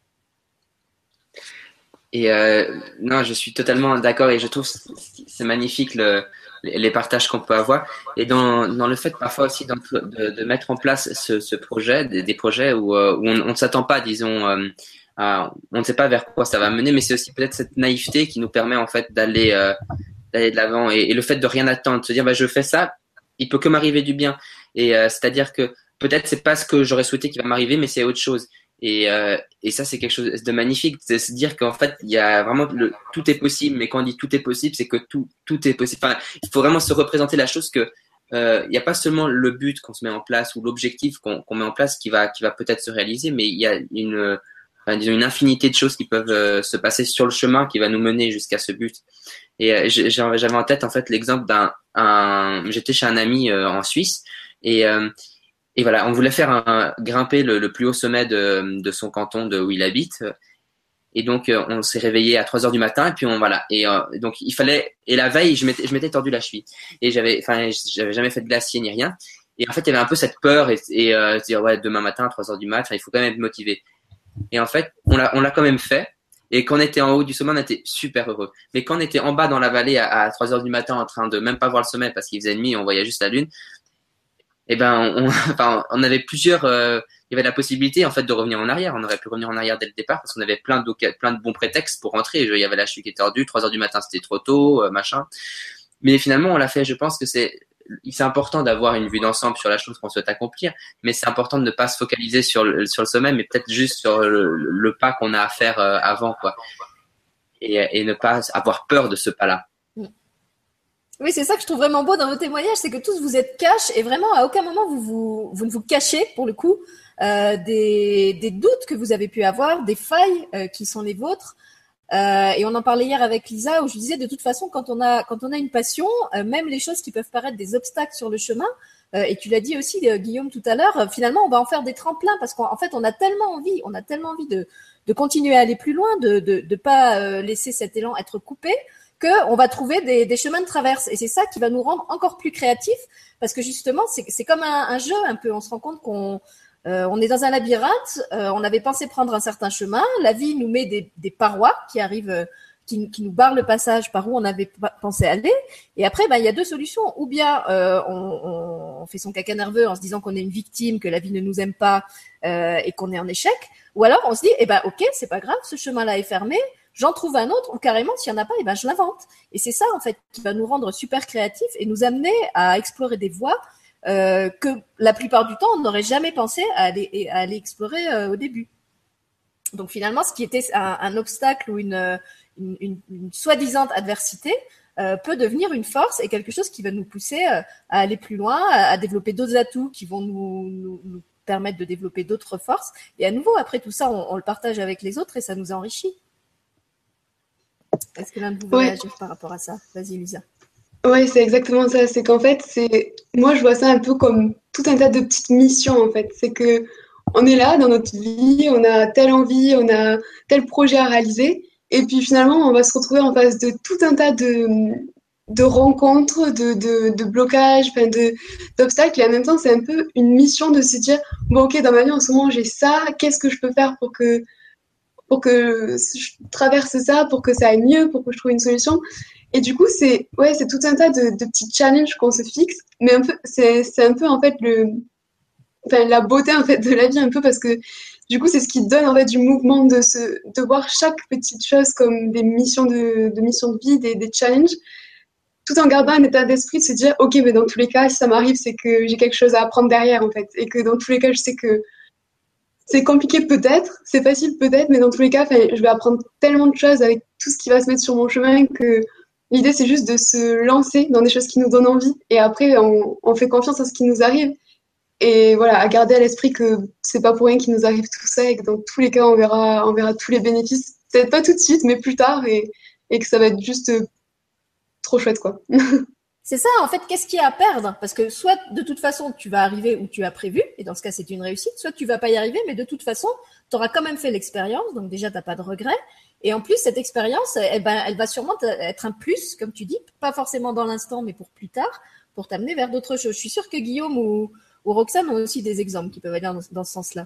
Et non, je suis totalement d'accord et je trouve c'est magnifique les partages qu'on peut avoir et dans le fait parfois aussi de mettre en place ce projet, des projets où on ne s'attend pas, disons, on ne sait pas vers quoi ça va mener, mais c'est aussi peut-être cette naïveté qui nous permet en fait d'aller de l'avant et le fait de rien attendre, de se dire je fais ça, il peut que m'arriver du bien et c'est-à-dire que peut-être c'est pas ce que j'aurais souhaité qui va m'arriver, mais c'est autre chose. Et ça, c'est quelque chose de magnifique, de se dire qu'en fait, il y a vraiment tout est possible. Mais quand on dit tout est possible, c'est que tout est possible. Enfin, il faut vraiment se représenter la chose que il n'y a pas seulement le but qu'on se met en place ou l'objectif qu'on met en place qui va peut-être se réaliser, mais il y a disons une infinité de choses qui peuvent se passer sur le chemin qui va nous mener jusqu'à ce but. Et j'avais en tête en fait l'exemple j'étais chez un ami en Suisse et voilà, on voulait faire grimper le plus haut sommet de son canton où il habite. Et donc, on s'est réveillé à 3 heures du matin. Et puis, voilà. Et donc, il fallait. Et la veille, je m'étais tordu la cheville. Et j'avais jamais fait de glacier ni rien. Et en fait, il y avait un peu cette peur et se dire, ouais, demain matin, à 3 heures du matin, il faut quand même être motivé. Et en fait, on l'a quand même fait. Et quand on était en haut du sommet, on était super heureux. Mais quand on était en bas dans la vallée à 3 heures du matin, en train de même pas voir le sommet parce qu'il faisait nuit et on voyait juste la lune, eh ben, on avait plusieurs. Il y avait la possibilité en fait de revenir en arrière. On aurait pu revenir en arrière dès le départ parce qu'on avait plein de bons prétextes pour rentrer. Il y avait la cheville qui était tordue, 3 heures du matin, c'était trop tôt, machin. Mais finalement, on l'a fait. Je pense que c'est important d'avoir une vue d'ensemble sur la chose qu'on souhaite accomplir, mais c'est important de ne pas se focaliser sur le sommet, mais peut-être juste sur le pas qu'on a à faire avant, quoi. Et ne pas avoir peur de ce pas-là.
Oui, c'est ça que je trouve vraiment beau dans vos témoignages, c'est que tous vous êtes cash et vraiment à aucun moment vous ne vous cachez pour le coup des doutes que vous avez pu avoir, des failles qui sont les vôtres. Et on en parlait hier avec Lisa où je disais de toute façon quand on a une passion, même les choses qui peuvent paraître des obstacles sur le chemin, et tu l'as dit aussi Guillaume tout à l'heure, finalement on va en faire des tremplins parce qu'en fait on a tellement envie de continuer à aller plus loin, de pas laisser cet élan être coupé, qu'on va trouver des chemins de traverse. Et c'est ça qui va nous rendre encore plus créatifs parce que justement, c'est comme un jeu un peu. On se rend compte qu'on est dans un labyrinthe, on avait pensé prendre un certain chemin, la vie nous met des parois qui arrivent, qui nous barrent le passage par où on avait pensé aller. Et après, il y a deux solutions. Ou bien on fait son caca nerveux en se disant qu'on est une victime, que la vie ne nous aime pas et qu'on est en échec. Ou alors on se dit, ok, c'est pas grave, ce chemin-là est fermé, j'en trouve un autre, ou carrément, s'il n'y en a pas, je l'invente. Et c'est ça, en fait, qui va nous rendre super créatifs et nous amener à explorer des voies que la plupart du temps, on n'aurait jamais pensé à aller explorer au début. Donc finalement, ce qui était un obstacle ou une soi-disant adversité peut devenir une force et quelque chose qui va nous pousser à aller plus loin, à développer d'autres atouts qui vont nous permettre de développer d'autres forces. Et à nouveau, après tout ça, on le partage avec les autres et ça nous enrichit. Est-ce que l'un de vous veut réagir par rapport à ça? Vas-y, Lisa.
Ouais, c'est exactement ça. C'est qu'en fait, moi, je vois ça un peu comme tout un tas de petites missions, en fait. C'est que on est là dans notre vie, on a telle envie, on a tel projet à réaliser, et puis finalement, on va se retrouver en face de tout un tas de rencontres, de blocages, d'obstacles, et en même temps, c'est un peu une mission de se dire, bon, ok, dans ma vie, en ce moment, j'ai ça, qu'est-ce que je peux faire pour que je traverse ça, pour que ça aille mieux, pour que je trouve une solution. Et du coup, c'est tout un tas de petits challenges qu'on se fixe, mais un peu, c'est un peu en fait la beauté en fait de la vie un peu parce que du coup, c'est ce qui donne en fait du mouvement de voir chaque petite chose comme des missions de vie, des challenges, tout en gardant un état d'esprit de se dire, ok, mais dans tous les cas, si ça m'arrive, c'est que j'ai quelque chose à apprendre derrière en fait, et que dans tous les cas, je sais que c'est compliqué peut-être, c'est facile peut-être, mais dans tous les cas, je vais apprendre tellement de choses avec tout ce qui va se mettre sur mon chemin que L'idée, c'est juste de se lancer dans des choses qui nous donnent envie. Et après, on fait confiance à ce qui nous arrive. Et voilà, à garder à l'esprit que c'est pas pour rien qu'il nous arrive tout ça et que dans tous les cas, on verra tous les bénéfices. Peut-être pas tout de suite, mais plus tard et que ça va être juste trop chouette, quoi.
C'est ça, en fait, qu'est-ce qu'il y a à perdre? Parce que soit, de toute façon, tu vas arriver où tu as prévu, et dans ce cas, c'est une réussite, soit tu vas pas y arriver, mais de toute façon, tu auras quand même fait l'expérience, donc déjà, t'as pas de regret. Et en plus, cette expérience, eh ben, elle va sûrement être un plus, comme tu dis, pas forcément dans l'instant, mais pour plus tard, pour t'amener vers d'autres choses. Je suis sûre que Guillaume ou Roxane ont aussi des exemples qui peuvent aller dans ce sens-là.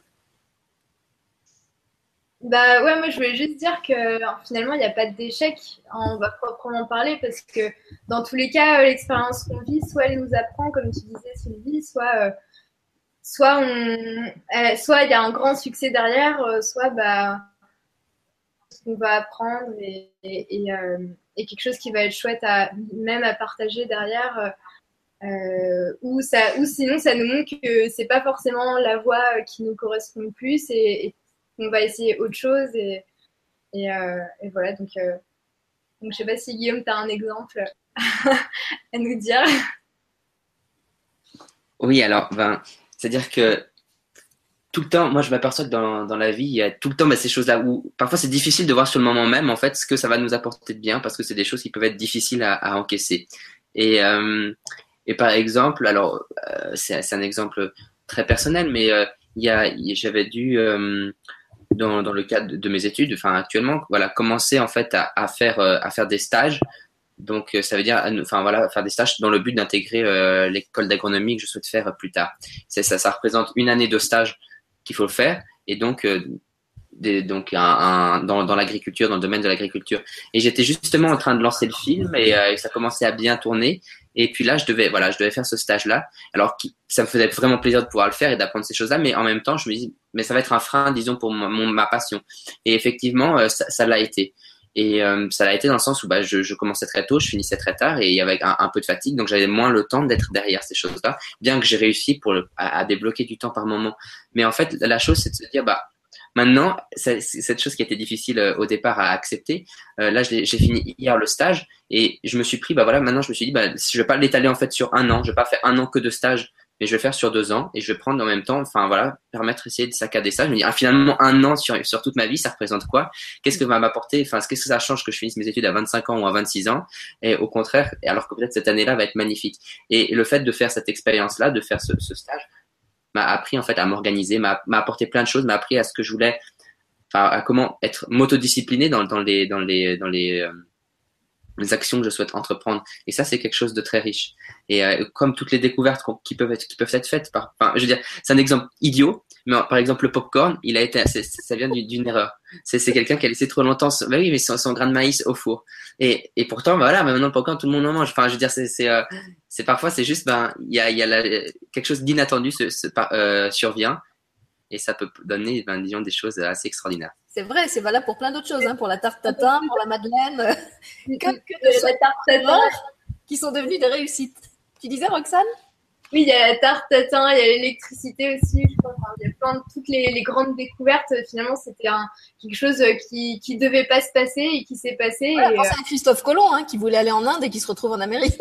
Bah ouais, moi je voulais juste dire que finalement il n'y a pas d'échec, on va proprement parler, parce que dans tous les cas, l'expérience qu'on vit, soit elle nous apprend, comme tu disais Sylvie, soit il y a un grand succès derrière, soit bah on va apprendre et quelque chose qui va être chouette même à partager derrière. Ou sinon ça nous montre que c'est pas forcément la voie qui nous correspond le plus et qu'on va essayer autre chose et voilà donc je sais pas si Guillaume tu as un exemple à nous dire.
Oui, alors, c'est-à-dire que tout le temps, moi je m'aperçois que dans la vie, il y a tout le temps ces choses-là où parfois c'est difficile de voir sur le moment même en fait ce que ça va nous apporter de bien parce que c'est des choses qui peuvent être difficiles à encaisser. Et, euh, et par exemple, alors c'est un exemple très personnel, mais j'avais dû dans le cadre de mes études, enfin actuellement, voilà, commencer en fait à faire des stages. Donc ça veut dire, enfin voilà, faire des stages dans le but d'intégrer l'école d'agronomie que je souhaite faire plus tard. Ça représente une année de stage qu'il faut faire et donc dans l'agriculture, dans le domaine de l'agriculture. Et j'étais justement en train de lancer le film et ça commençait à bien tourner. Et puis là, je devais faire ce stage-là. Alors, ça me faisait vraiment plaisir de pouvoir le faire et d'apprendre ces choses-là. Mais en même temps, je me dis, mais ça va être un frein, disons, pour ma passion. Et effectivement, ça l'a été. Et ça l'a été dans le sens où je commençais très tôt, je finissais très tard et avec un peu de fatigue. Donc, j'avais moins le temps d'être derrière ces choses-là, bien que j'ai réussi à débloquer du temps par moment. Mais en fait, la chose, c'est de se dire, maintenant, cette chose qui était difficile au départ à accepter, là, j'ai fini hier le stage et je me suis pris, maintenant, je me suis dit, si je vais pas l'étaler en fait sur un an, je vais pas faire un an que de stage, mais je vais le faire sur 2 ans et je vais prendre en même temps, enfin voilà, essayer de saccader ça. Je me dis, finalement, un an sur toute ma vie, ça représente quoi? Qu'est-ce que va m'apporter? Enfin, qu'est-ce que ça change que je finisse mes études à 25 ans ou à 26 ans? Et au contraire, alors que peut-être cette année-là va être magnifique. Et le fait de faire cette expérience-là, de faire ce stage, m'a appris en fait à m'organiser, m'a apporté plein de choses, m'a appris à ce que je voulais, enfin à comment être m'autodiscipliné dans les actions que je souhaite entreprendre. Et ça, c'est quelque chose de très riche. Et comme toutes les découvertes qui peuvent être faites je veux dire, c'est un exemple idiot, mais par exemple le popcorn, ça vient d'une erreur. C'est quelqu'un qui a laissé trop longtemps, oui, mais son grain de maïs au four. Et pourtant, voilà, maintenant le popcorn, tout le monde en mange. Enfin, je veux dire, c'est parfois, c'est juste, il y a quelque chose d'inattendu survient. Et ça peut donner, disons, des choses assez extraordinaires.
C'est vrai, c'est valable pour plein d'autres choses, hein, pour la tarte tatin, pour la madeleine,
que de la tarte tatin
qui sont devenues des réussites. Tu disais, Roxane?
Oui, il y a la tarte tatin, il y a l'électricité aussi, je crois. Enfin, il y a plein de toutes les grandes découvertes. Finalement, c'était quelque chose qui devait pas se passer et qui s'est passé.
Voilà, pensez à Christophe Colomb, hein, qui voulait aller en Inde et qui se retrouve en Amérique.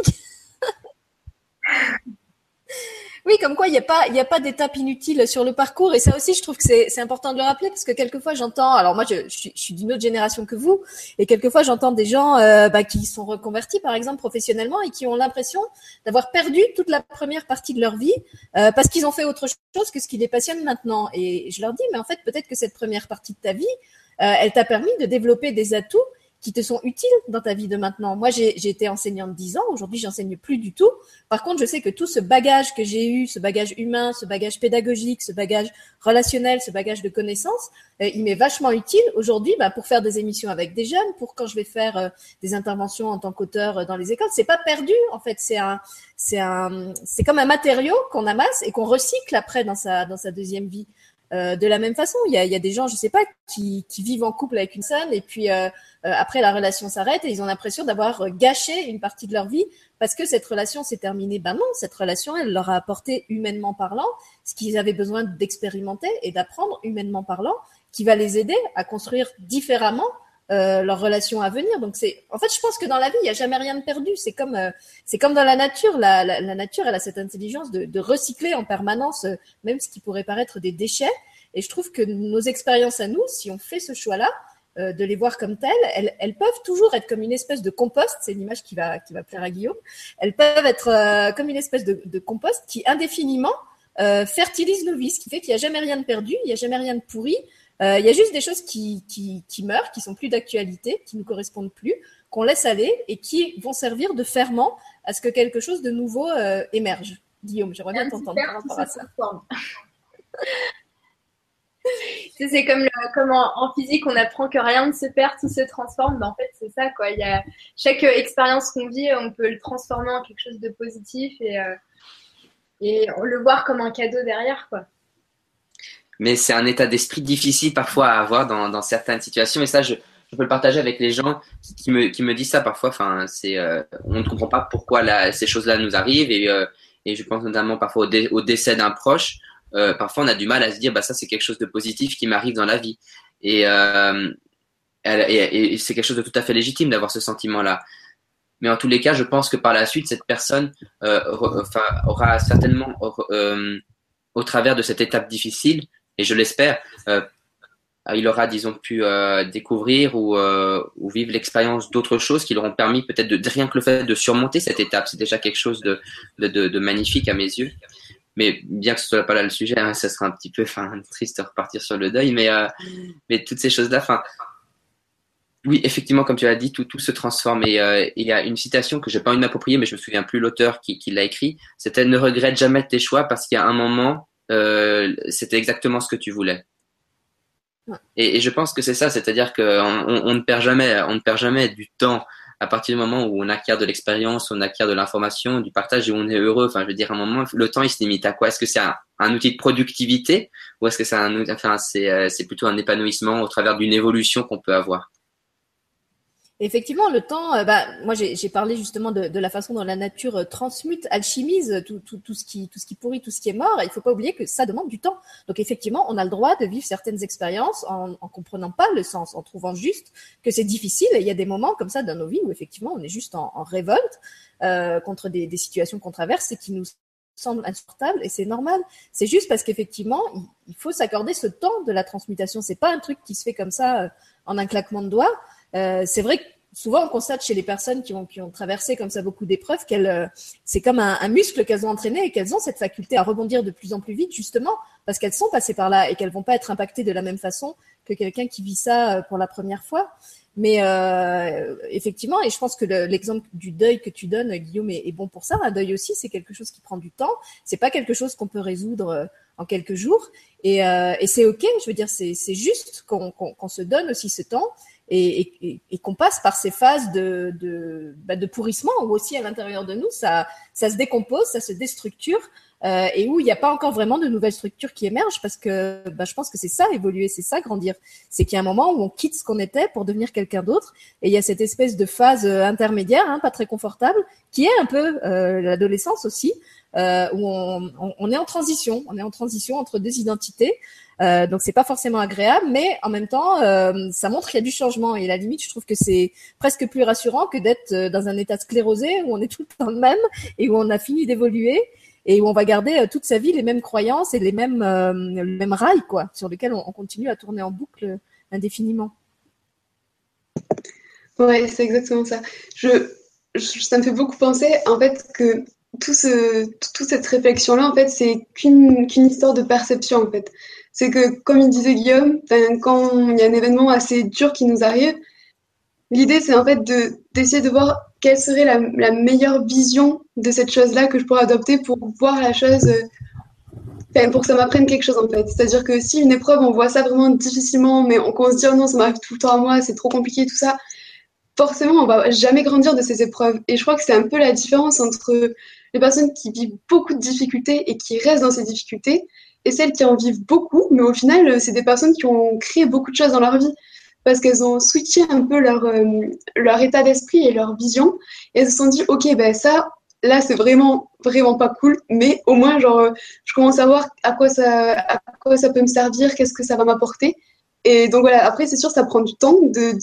Oui, comme quoi il n'y a pas d'étape inutile sur le parcours. Et ça aussi, je trouve que c'est important de le rappeler parce que quelquefois j'entends, alors moi je suis d'une autre génération que vous, et quelquefois j'entends des gens qui sont reconvertis par exemple professionnellement et qui ont l'impression d'avoir perdu toute la première partie de leur vie parce qu'ils ont fait autre chose que ce qui les passionne maintenant. Et je leur dis, mais en fait peut-être que cette première partie de ta vie, elle t'a permis de développer des atouts qui te sont utiles dans ta vie de maintenant. Moi, j'ai été enseignante 10 ans. Aujourd'hui, j'enseigne plus du tout. Par contre, je sais que tout ce bagage que j'ai eu, ce bagage humain, ce bagage pédagogique, ce bagage relationnel, ce bagage de connaissances, il m'est vachement utile aujourd'hui pour faire des émissions avec des jeunes, pour quand je vais faire des interventions en tant qu'auteur dans les écoles. C'est pas perdu, en fait. C'est comme un matériau qu'on amasse et qu'on recycle après dans sa deuxième vie. De la même façon, il y a des gens, je sais pas, qui vivent en couple avec une femme et puis après la relation s'arrête et ils ont l'impression d'avoir gâché une partie de leur vie parce que cette relation s'est terminée. Ben non, cette relation, elle leur a apporté humainement parlant ce qu'ils avaient besoin d'expérimenter et d'apprendre humainement parlant, qui va les aider à construire différemment leur relation à venir. Donc en fait, je pense que dans la vie, il n'y a jamais rien de perdu. C'est comme dans la nature. La nature, elle a cette intelligence de recycler en permanence, même ce qui pourrait paraître des déchets. Et je trouve que nos expériences à nous, si on fait ce choix-là, de les voir comme telles, elles peuvent toujours être comme une espèce de compost. C'est une image qui va plaire à Guillaume. Elles peuvent être comme une espèce de compost qui indéfiniment fertilise nos vies, ce qui fait qu'il n'y a jamais rien de perdu, il n'y a jamais rien de pourri. Il y a juste des choses qui meurent, qui sont plus d'actualité, qui nous correspondent plus, qu'on laisse aller et qui vont servir de ferment à ce que quelque chose de nouveau émerge. Guillaume, j'aimerais bien t'entendre par rapport à ça.
C'est comme en physique, on apprend que rien ne se perd, tout se transforme. Ben, en fait, c'est ça, quoi. Chaque expérience qu'on vit, on peut le transformer en quelque chose de positif et le voir comme un cadeau derrière, quoi.
Mais c'est un état d'esprit difficile parfois à avoir dans certaines situations. Et ça, je peux le partager avec les gens qui me disent ça parfois. Enfin, on ne comprend pas pourquoi ces choses-là nous arrivent. Et je pense notamment parfois au décès d'un proche. Parfois, on a du mal à se dire, bah ça, c'est quelque chose de positif qui m'arrive dans la vie. Et c'est quelque chose de tout à fait légitime d'avoir ce sentiment-là. Mais en tous les cas, je pense que par la suite, cette personne aura certainement, au travers de cette étape difficile, et je l'espère, il aura, disons, pu découvrir ou vivre l'expérience d'autres choses qui leur ont permis peut-être rien que le fait de surmonter cette étape. C'est déjà quelque chose de magnifique à mes yeux. Mais bien que ce soit pas là le sujet, hein, ça sera un petit peu triste de repartir sur le deuil. Mais toutes ces choses-là, oui, effectivement, comme tu l'as dit, tout se transforme. Et il y a une citation que j'ai pas envie de m'approprier, mais je me souviens plus l'auteur qui l'a écrit. C'était: ne regrette jamais tes choix parce qu'il y a un moment, c'était exactement ce que tu voulais. Ouais. Et je pense que c'est ça, c'est-à-dire qu'on ne perd jamais du temps à partir du moment où on acquiert de l'expérience, on acquiert de l'information, du partage et où on est heureux. Enfin, je veux dire, à un moment, le temps, il se limite à quoi? Est-ce que c'est un outil de productivité ou est-ce que c'est plutôt un épanouissement au travers d'une évolution qu'on peut avoir?
Effectivement, le temps, moi j'ai parlé justement de la façon dont la nature transmute, alchimise tout ce qui pourrit, tout ce qui est mort. Et il faut pas oublier que ça demande du temps. Donc effectivement, on a le droit de vivre certaines expériences en comprenant pas le sens, en trouvant juste que c'est difficile. Et il y a des moments comme ça dans nos vies où effectivement on est juste en révolte contre des situations qu'on traverse et qui nous semblent insupportables. Et c'est normal. C'est juste parce qu'effectivement, il faut s'accorder ce temps de la transmutation. C'est pas un truc qui se fait comme ça en un claquement de doigts. C'est vrai que souvent on constate chez les personnes qui ont traversé comme ça beaucoup d'épreuves c'est comme un muscle qu'elles ont entraîné et qu'elles ont cette faculté à rebondir de plus en plus vite justement parce qu'elles sont passées par là et qu'elles vont pas être impactées de la même façon que quelqu'un qui vit ça pour la première fois. Mais effectivement, et je pense que l'exemple du deuil que tu donnes, Guillaume, est bon pour ça. Un deuil aussi, c'est quelque chose qui prend du temps. C'est pas quelque chose qu'on peut résoudre en quelques jours. Et c'est ok. Je veux dire, c'est juste qu'on se donne aussi ce temps. Et qu'on passe par ces phases de pourrissement où aussi à l'intérieur de nous ça se décompose, ça se déstructure et où il n'y a pas encore vraiment de nouvelles structures qui émergent parce que je pense que c'est ça évoluer, c'est ça grandir, c'est qu'il y a un moment où on quitte ce qu'on était pour devenir quelqu'un d'autre et il y a cette espèce de phase intermédiaire, pas très confortable, qui est un peu l'adolescence aussi, où on est en transition, entre deux identités. Donc c'est pas forcément agréable, mais en même temps, ça montre qu'il y a du changement. Et à la limite, je trouve que c'est presque plus rassurant que d'être dans un état sclérosé où on est tout le temps le même et où on a fini d'évoluer et où on va garder toute sa vie les mêmes croyances et les mêmes rails, quoi, sur lesquels on continue à tourner en boucle indéfiniment.
Ouais, c'est exactement ça. Ça me fait beaucoup penser, en fait, que toute cette réflexion-là, en fait, c'est qu'une histoire de perception, en fait. C'est que, comme il disait Guillaume, quand il y a un événement assez dur qui nous arrive, l'idée, c'est en fait d'essayer de voir quelle serait la meilleure vision de cette chose-là que je pourrais adopter pour voir la chose, pour que ça m'apprenne quelque chose, en fait. C'est-à-dire que si une épreuve, on voit ça vraiment difficilement, mais qu'on se dit, oh non, ça m'arrive tout le temps à moi, c'est trop compliqué, tout ça, forcément, on va jamais grandir de ces épreuves. Et je crois que c'est un peu la différence entre les personnes qui vivent beaucoup de difficultés et qui restent dans ces difficultés, et celles qui en vivent beaucoup, mais au final, c'est des personnes qui ont créé beaucoup de choses dans leur vie, parce qu'elles ont switché un peu leur état d'esprit et leur vision, et elles se sont dit, ok, ça, là, c'est vraiment, vraiment pas cool, mais au moins, je commence à voir à quoi ça peut me servir, qu'est-ce que ça va m'apporter. Et donc voilà, après, c'est sûr, ça prend du temps de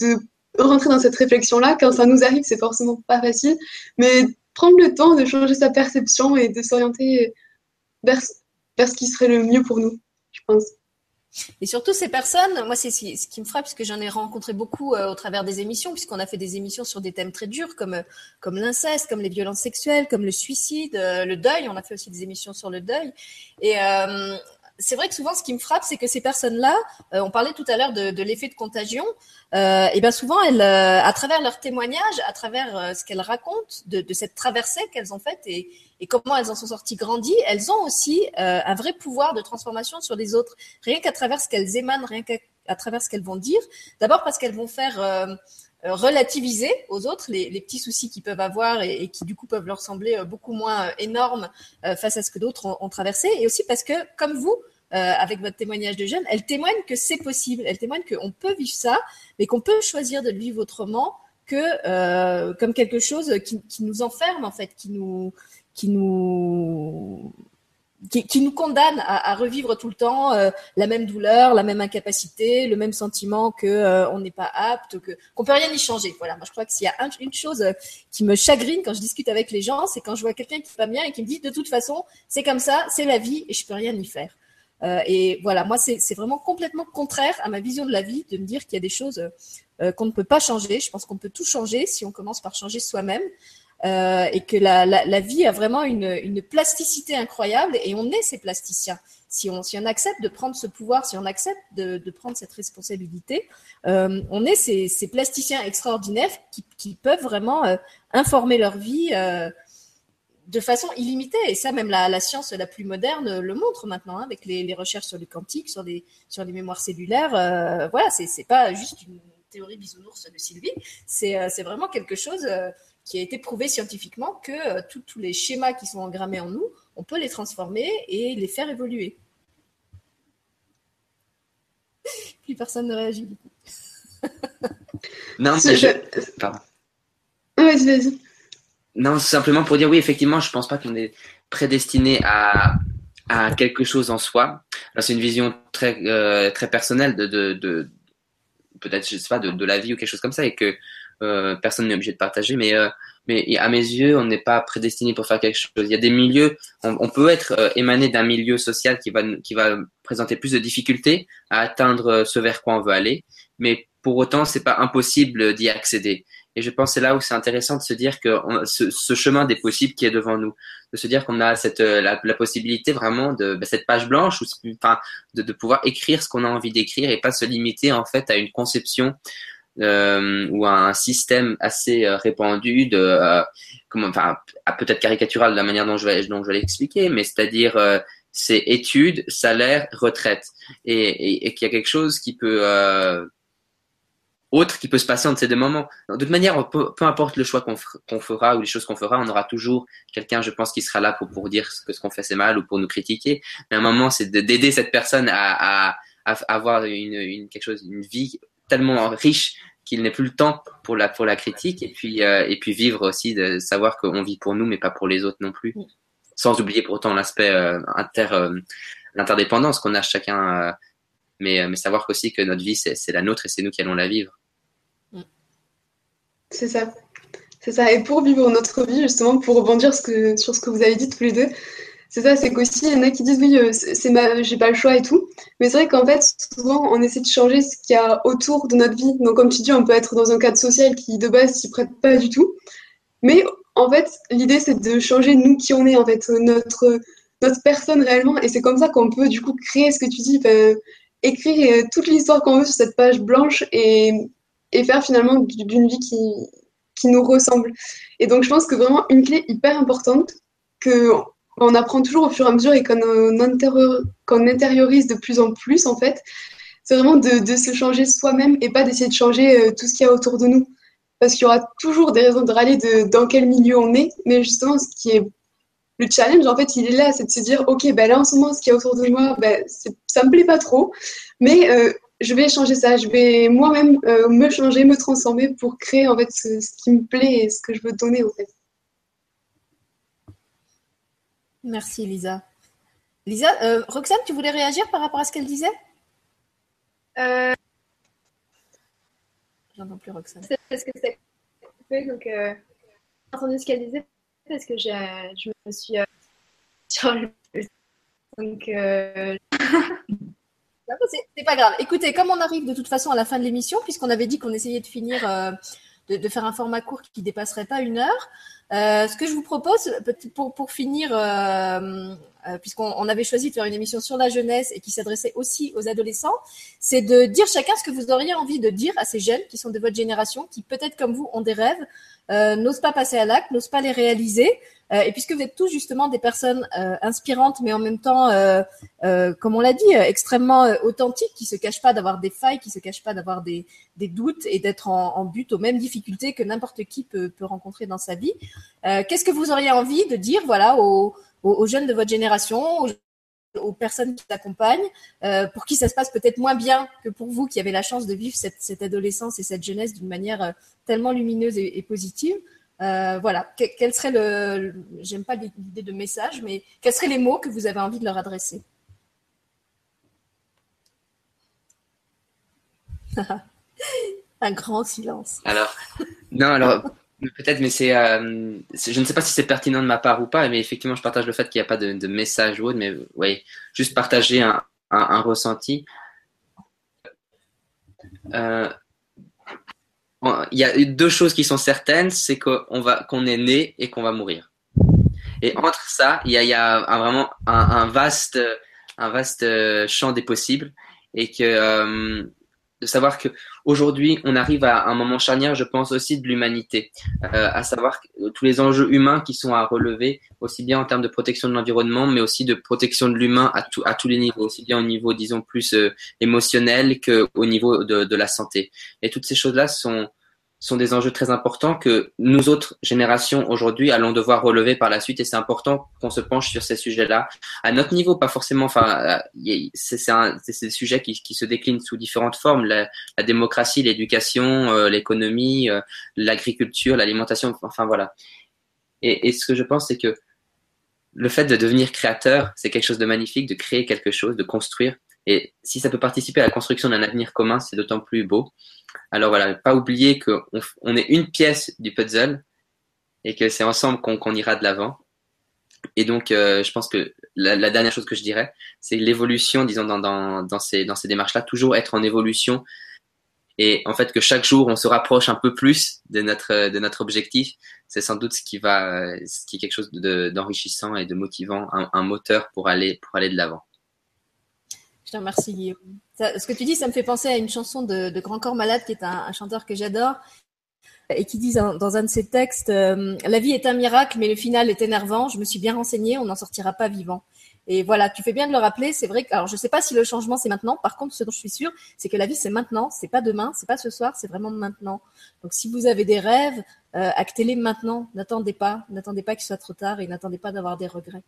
rentrer dans cette réflexion-là. Quand ça nous arrive, c'est forcément pas facile, mais prendre le temps de changer sa perception et de s'orienter vers, vers ce qui serait le mieux pour nous, je pense.
Et surtout, ces personnes, moi, c'est ce qui me frappe, parce que j'en ai rencontré beaucoup au travers des émissions, puisqu'on a fait des émissions sur des thèmes très durs, comme l'inceste, comme les violences sexuelles, comme le suicide, le deuil. On a fait aussi des émissions sur le deuil. Et c'est vrai que souvent, ce qui me frappe, c'est que ces personnes-là, on parlait tout à l'heure de l'effet de contagion, et bien souvent, elles, à travers leurs témoignages, à travers ce qu'elles racontent de cette traversée qu'elles ont faite et comment elles en sont sorties grandies, elles ont aussi un vrai pouvoir de transformation sur les autres, rien qu'à travers ce qu'elles émanent, rien qu'à travers ce qu'elles vont dire. D'abord parce qu'elles vont faire relativiser aux autres les petits soucis qu'ils peuvent avoir et qui du coup peuvent leur sembler beaucoup moins énormes face à ce que d'autres ont traversé, et aussi parce que, comme vous, avec votre témoignage de jeune, elle témoigne que c'est possible, elle témoigne qu'on peut vivre ça, mais qu'on peut choisir de le vivre autrement que comme quelque chose qui nous enferme, en fait, qui nous condamne à revivre tout le temps la même douleur, la même incapacité, le même sentiment que on n'est pas apte, qu'on peut rien y changer. Voilà, moi je crois que s'il y a une chose qui me chagrine quand je discute avec les gens, c'est quand je vois quelqu'un qui va bien et qui me dit de toute façon c'est comme ça, c'est la vie et je peux rien y faire. Et voilà, moi c'est vraiment complètement contraire à ma vision de la vie de me dire qu'il y a des choses qu'on ne peut pas changer. Je pense qu'on peut tout changer si on commence par changer soi-même. Et que la vie a vraiment une plasticité incroyable, et on est ces plasticiens. Si on accepte de prendre ce pouvoir, si on accepte de prendre cette responsabilité, on est ces plasticiens extraordinaires qui peuvent vraiment informer leur vie de façon illimitée. Et ça, même la science la plus moderne le montre maintenant, hein, avec les recherches sur le quantique, sur les mémoires cellulaires. Voilà, c'est pas juste une théorie bisounours de Sylvie, c'est vraiment quelque chose qui a été prouvé scientifiquement que tous les schémas qui sont engrammés en nous, on peut les transformer et les faire évoluer. Plus personne ne réagit du coup.
Non, pardon.
Vas-y.
Non, simplement pour dire oui, effectivement, je pense pas qu'on est prédestiné à quelque chose en soi. Alors, c'est une vision très personnelle de peut-être, je sais pas, de la vie ou quelque chose comme ça, et que personne n'est obligé de partager, mais à mes yeux, on n'est pas prédestiné pour faire quelque chose. Il y a des milieux, on peut être émané d'un milieu social qui va présenter plus de difficultés à atteindre ce vers quoi on veut aller, mais pour autant, c'est pas impossible d'y accéder. Et je pense que c'est là où c'est intéressant de se dire que ce chemin des possibles qui est devant nous, de se dire qu'on a la possibilité vraiment de cette page blanche, enfin de pouvoir écrire ce qu'on a envie d'écrire et pas se limiter en fait à une conception ou à un système assez répandu peut-être caricatural de la manière dont je vais l'expliquer, mais c'est-à-dire c'est études, salaire, retraite, et qu'il y a quelque chose qui peut autre qui peut se passer entre ces deux moments. De toute manière, peu importe le choix qu'on fera ou les choses qu'on fera, on aura toujours quelqu'un, je pense, qui sera là pour dire que ce qu'on fait c'est mal ou pour nous critiquer. Mais à un moment, c'est d'aider cette personne à avoir une vie tellement riche qu'il n'ait plus le temps pour la critique, et puis vivre aussi, de savoir qu'on vit pour nous mais pas pour les autres non plus. Sans oublier pourtant l'aspect l'interdépendance qu'on a chacun, mais savoir aussi que notre vie c'est la nôtre et c'est nous qui allons la vivre.
C'est ça. C'est ça. Et pour vivre notre vie, justement, pour rebondir sur ce que vous avez dit tous les deux, c'est ça, c'est qu'aussi, il y en a qui disent oui, j'ai pas le choix et tout. Mais c'est vrai qu'en fait, souvent, on essaie de changer ce qu'il y a autour de notre vie. Donc, comme tu dis, on peut être dans un cadre social qui, de base, s'y prête pas du tout. Mais en fait, l'idée, c'est de changer nous qui on est, en fait, notre personne réellement. Et c'est comme ça qu'on peut, du coup, créer ce que tu dis, écrire toute l'histoire qu'on veut sur cette page blanche et faire finalement d'une vie qui nous ressemble. Et donc, je pense que vraiment, une clé hyper importante qu'on apprend toujours au fur et à mesure et qu'on intériorise de plus en plus, en fait, c'est vraiment de se changer soi-même et pas d'essayer de changer tout ce qu'il y a autour de nous. Parce qu'il y aura toujours des raisons de râler dans quel milieu on est, mais justement, ce qui est le challenge, en fait, il est là, c'est de se dire, ok, ben là, en ce moment, ce qu'il y a autour de moi, ça me plaît pas trop, mais je vais changer ça, je vais moi-même me changer, me transformer pour créer, en fait, ce qui me plaît et ce que je veux donner, en fait.
Merci, Lisa. Lisa, Roxane, tu voulais réagir par rapport à ce qu'elle disait ? n'entends plus Roxane.
C'est parce que ça a coupé, donc j'ai entendu ce qu'elle disait parce que je me suis sur le... Donc,
c'est pas grave. Écoutez, comme on arrive de toute façon à la fin de l'émission, puisqu'on avait dit qu'on essayait de finir, de faire un format court qui dépasserait pas 1 heure, ce que je vous propose, pour finir, puisqu'on avait choisi de faire une émission sur la jeunesse et qui s'adressait aussi aux adolescents, c'est de dire chacun ce que vous auriez envie de dire à ces jeunes qui sont de votre génération, qui peut-être comme vous ont des rêves, n'osent pas passer à l'acte, n'osent pas les réaliser. Et puisque vous êtes tous justement des personnes inspirantes, mais en même temps, comme on l'a dit, extrêmement authentiques, qui se cachent pas d'avoir des failles, qui se cachent pas d'avoir des doutes et d'être en but aux mêmes difficultés que n'importe qui peut rencontrer dans sa vie. Qu'est-ce que vous auriez envie de dire, voilà, aux jeunes de votre génération, aux personnes qui t'accompagnent, pour qui ça se passe peut-être moins bien que pour vous qui avez la chance de vivre cette adolescence et cette jeunesse d'une manière tellement lumineuse et positive. Voilà, quel serait j'aime pas l'idée de message, mais quels seraient les mots que vous avez envie de leur adresser? Un grand silence.
Alors, non, alors peut-être, mais je ne sais pas si c'est pertinent de ma part ou pas, mais effectivement, je partage le fait qu'il n'y a pas de message ou autre, mais ouais, juste partager un ressenti. Il y a 2 choses qui sont certaines, c'est qu'on est né et qu'on va mourir. Et entre ça, il y a vraiment un vaste champ des possibles, et que de savoir que aujourd'hui on arrive à un moment charnière, je pense aussi de l'humanité, à savoir tous les enjeux humains qui sont à relever, aussi bien en termes de protection de l'environnement, mais aussi de protection de l'humain à tous les niveaux, aussi bien au niveau, disons, plus émotionnel qu'au niveau de la santé. Et toutes ces choses-là sont des enjeux très importants que nous autres générations aujourd'hui allons devoir relever par la suite, et c'est important qu'on se penche sur ces sujets-là à notre niveau, pas forcément, enfin, c'est des sujets qui se déclinent sous différentes formes, la démocratie, l'éducation, l'économie, l'agriculture, l'alimentation, enfin voilà. Et ce que je pense, c'est que le fait de devenir créateur, c'est quelque chose de magnifique, de créer quelque chose, de construire, et si ça peut participer à la construction d'un avenir commun, c'est d'autant plus beau. Alors voilà, pas oublier qu'on est une pièce du puzzle et que c'est ensemble qu'on ira de l'avant. Et donc, je pense que la dernière chose que je dirais, c'est l'évolution, disons, dans ces démarches-là, toujours être en évolution, et en fait que chaque jour on se rapproche un peu plus de notre objectif. C'est sans doute ce qui est quelque chose d'enrichissant et de motivant, un moteur pour aller de l'avant.
Je te remercie, Guillaume. Ce que tu dis, ça me fait penser à une chanson de Grand Corps Malade, qui est un chanteur que j'adore, et qui dit dans un de ses textes, la vie est un miracle, mais le final est énervant. Je me suis bien renseignée, on n'en sortira pas vivant. Et voilà, tu fais bien de le rappeler. C'est vrai que, alors je sais pas si le changement c'est maintenant. Par contre, ce dont je suis sûre, c'est que la vie c'est maintenant. C'est pas demain, c'est pas ce soir, c'est vraiment maintenant. Donc si vous avez des rêves, actez-les maintenant. N'attendez pas qu'il soit trop tard, et n'attendez pas d'avoir des regrets.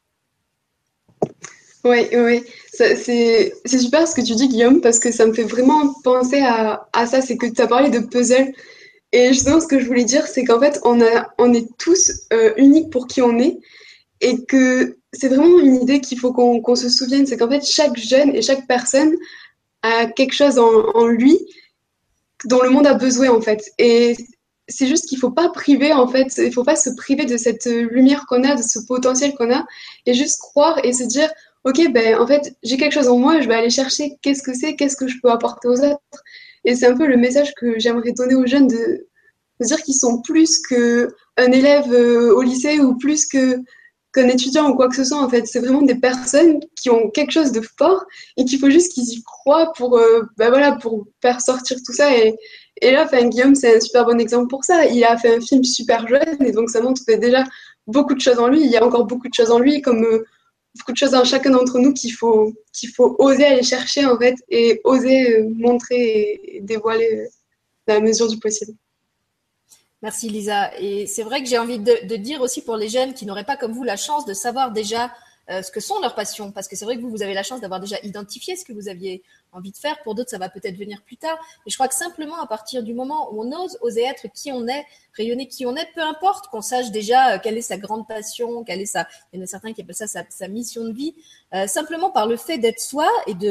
Oui, c'est super ce que tu dis, Guillaume, parce que ça me fait vraiment penser à ça. C'est que tu as parlé de puzzle. Et justement, ce que je voulais dire, c'est qu'en fait, on est tous uniques pour qui on est. Et que c'est vraiment une idée qu'il faut qu'on se souvienne. C'est qu'en fait, chaque jeune et chaque personne a quelque chose en lui dont le monde a besoin, en fait. Et c'est juste qu'il faut pas priver, en fait, il faut pas se priver de cette lumière qu'on a, de ce potentiel qu'on a, et juste croire et se dire, ok, ben en fait, j'ai quelque chose en moi, je vais aller chercher qu'est-ce que je peux apporter aux autres. Et c'est un peu le message que j'aimerais donner aux jeunes, de dire qu'ils sont plus qu'un élève au lycée, ou plus qu'un étudiant ou quoi que ce soit. En fait, c'est vraiment des personnes qui ont quelque chose de fort, et qu'il faut juste qu'ils y croient pour faire sortir tout ça. Et là, Guillaume, c'est un super bon exemple pour ça. Il a fait un film super jeune, et donc ça montre déjà beaucoup de choses en lui. Il y a encore beaucoup de choses en lui, comme beaucoup de choses en chacun d'entre nous, qu'il faut oser aller chercher, en fait, et oser montrer et dévoiler dans la mesure du possible.
Merci Lisa. Et c'est vrai que j'ai envie de dire aussi pour les jeunes qui n'auraient pas comme vous la chance de savoir déjà ce que sont leurs passions, parce que c'est vrai que vous avez la chance d'avoir déjà identifié ce que vous aviez envie de faire. Pour d'autres, ça va peut-être venir plus tard. Mais je crois que simplement à partir du moment où on ose oser être qui on est, rayonner qui on est, peu importe qu'on sache déjà quelle est sa grande passion, il y en a certains qui appellent ça sa mission de vie, simplement par le fait d'être soi et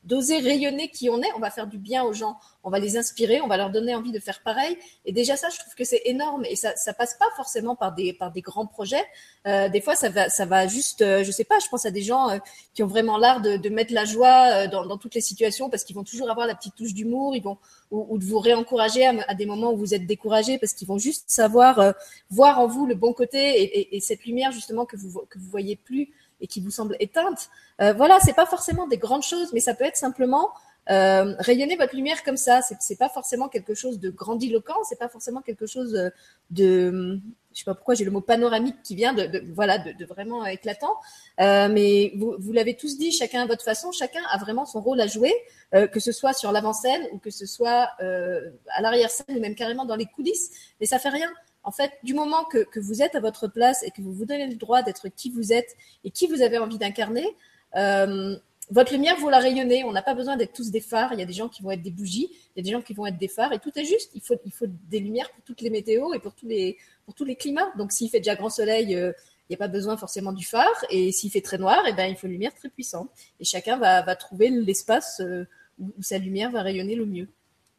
d'oser rayonner qui on est. On va faire du bien aux gens, on va les inspirer, on va leur donner envie de faire pareil. Et déjà ça, je trouve que c'est énorme. Et ça passe pas forcément par des grands projets. Des fois, ça va juste, je sais pas, je pense à des gens qui ont vraiment l'art de mettre la joie dans toutes les situations parce qu'ils vont toujours avoir la petite touche d'humour, ils vont ou de vous réencourager à des moments où vous êtes découragé parce qu'ils vont juste savoir voir en vous le bon côté et cette lumière justement que vous voyez plus et qui vous semble éteinte. Voilà, c'est pas forcément des grandes choses, mais ça peut être simplement rayonner votre lumière comme ça. C'est pas forcément quelque chose de grandiloquent, c'est pas forcément quelque chose de je sais pas pourquoi j'ai le mot panoramique qui vient de vraiment éclatant. Mais vous l'avez tous dit, chacun à votre façon, chacun a vraiment son rôle à jouer, que ce soit sur l'avant-scène ou que ce soit à l'arrière-scène ou même carrément dans les coulisses. Mais ça fait rien. En fait, du moment que vous êtes à votre place et que vous vous donnez le droit d'être qui vous êtes et qui vous avez envie d'incarner, votre lumière, vous la rayonnez. On n'a pas besoin d'être tous des phares. Il y a des gens qui vont être des bougies, il y a des gens qui vont être des phares et tout est juste. Il faut des lumières pour toutes les météos et pour tous les climats. Donc, s'il fait déjà grand soleil, il n'y a pas besoin forcément du phare. Et s'il fait très noir, eh ben, il faut une lumière très puissante. Et chacun va trouver l'espace où sa lumière va rayonner le mieux.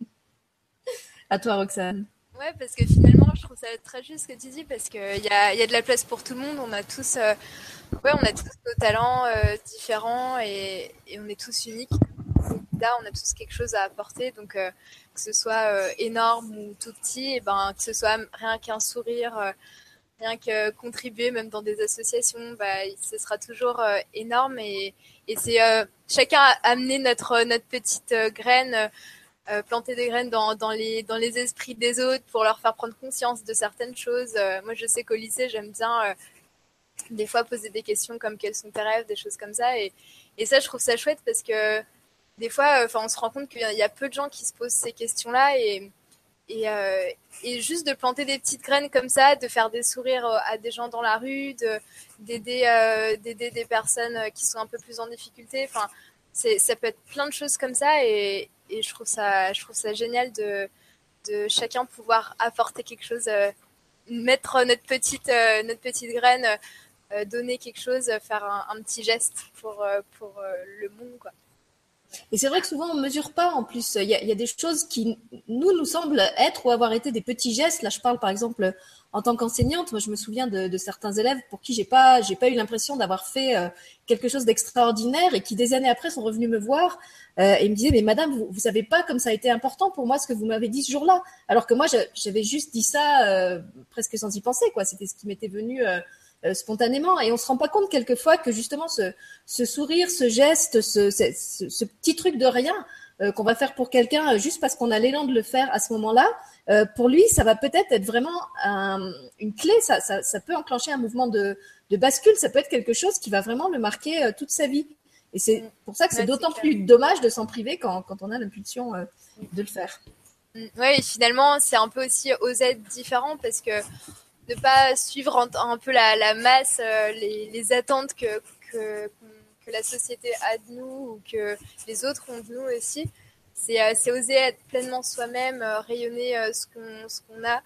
À toi, Roxane.
Ouais, parce que finalement, je trouve ça très juste ce que tu dis, parce qu'il y a de la place pour tout le monde. On a tous nos talents différents et on est tous uniques. Là, on a tous quelque chose à apporter. Donc, que ce soit énorme ou tout petit, et ben, que ce soit rien qu'un sourire, rien que contribuer, même dans des associations, ce sera toujours énorme. Et c'est chacun amener notre petite graine. Planter des graines dans les esprits des autres pour leur faire prendre conscience de certaines choses. Moi, je sais qu'au lycée, j'aime bien des fois poser des questions comme quels sont tes rêves, des choses comme ça. Et ça, je trouve ça chouette parce que des fois, on se rend compte qu'il y a peu de gens qui se posent ces questions-là et juste de planter des petites graines comme ça, de faire des sourires à des gens dans la rue, d'aider des personnes qui sont un peu plus en difficulté. Enfin, ça peut être plein de choses comme ça et je trouve ça génial de chacun pouvoir apporter quelque chose, mettre notre petite graine, donner quelque chose, faire un petit geste pour le monde, quoi.
Et c'est vrai que souvent on ne mesure pas en plus. Il y a des choses qui nous semblent être ou avoir été des petits gestes. Là, je parle par exemple en tant qu'enseignante. Moi, je me souviens de certains élèves pour qui j'ai pas eu l'impression d'avoir fait quelque chose d'extraordinaire et qui des années après sont revenus me voir et me disaient mais madame, vous savez pas comme ça a été important pour moi ce que vous m'avez dit ce jour-là. Alors que moi, j'avais juste dit ça presque sans y penser, quoi. C'était ce qui m'était venu spontanément et on se rend pas compte quelquefois que justement ce sourire, ce geste, ce petit truc de rien qu'on va faire pour quelqu'un juste parce qu'on a l'élan de le faire à ce moment-là, pour lui ça va peut-être être vraiment une clé, ça peut enclencher un mouvement de bascule, ça peut être quelque chose qui va vraiment le marquer toute sa vie et c'est pour ça que c'est d'autant plus dommage de s'en priver quand on a l'impulsion de le faire.
Ouais, et finalement c'est un peu aussi oser être différent parce que ne pas suivre un peu la masse, les attentes que la société a de nous ou que les autres ont de nous aussi. C'est oser être pleinement soi-même, rayonner ce qu'on a.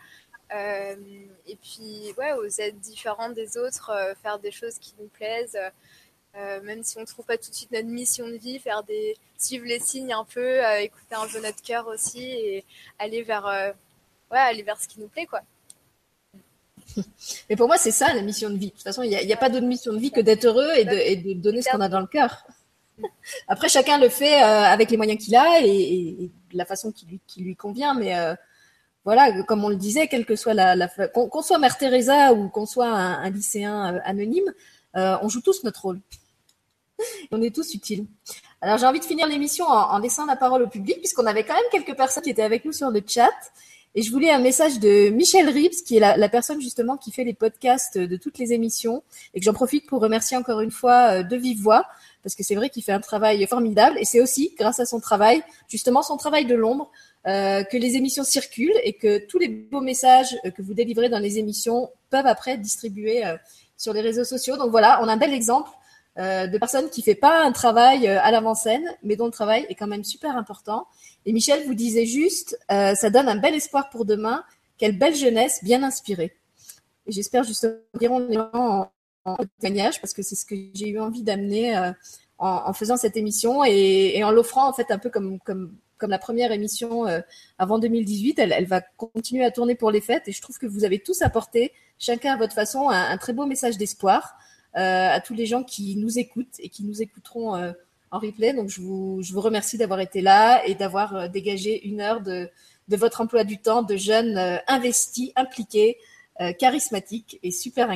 Et puis, ouais, oser être différent des autres, faire des choses qui nous plaisent. Même si on ne trouve pas tout de suite notre mission de vie, suivre les signes un peu, écouter un peu notre cœur aussi et aller vers ce qui nous plaît, quoi.
Mais pour moi, c'est ça la mission de vie. De toute façon, il n'y a pas d'autre mission de vie que d'être heureux et de donner ce qu'on a dans le cœur. Après, chacun le fait avec les moyens qu'il a et de la façon qui lui convient. Mais voilà, comme on le disait, quelle que soit qu'on soit Mère Teresa ou qu'on soit un lycéen anonyme, on joue tous notre rôle. On est tous utiles. Alors, j'ai envie de finir l'émission en laissant la parole au public, puisqu'on avait quand même quelques personnes qui étaient avec nous sur le chat. Et je voulais un message de Michel Rips, qui est la personne justement qui fait les podcasts de toutes les émissions, et que j'en profite pour remercier encore une fois de vive voix, parce que c'est vrai qu'il fait un travail formidable, et c'est aussi grâce à son travail, justement son travail de l'ombre, que les émissions circulent et que tous les beaux messages que vous délivrez dans les émissions peuvent après être distribués sur les réseaux sociaux. Donc voilà, on a un bel exemple de personnes qui ne fait pas un travail à l'avant-scène, mais dont le travail est quand même super important. Et Michel vous disait juste, ça donne un bel espoir pour demain, quelle belle jeunesse bien inspirée. Et j'espère justement qu'ils iront les gens en témoignage, parce que c'est ce que j'ai eu envie d'amener en faisant cette émission et en l'offrant en fait un peu comme la première émission avant 2018. Elle va continuer à tourner pour les fêtes et je trouve que vous avez tous apporté, chacun à votre façon, un très beau message d'espoir à tous les gens qui nous écoutent et qui nous écouteront en replay. Donc je vous remercie d'avoir été là et d'avoir dégagé 1 heure de votre emploi du temps de jeunes investis, impliqués, charismatiques et super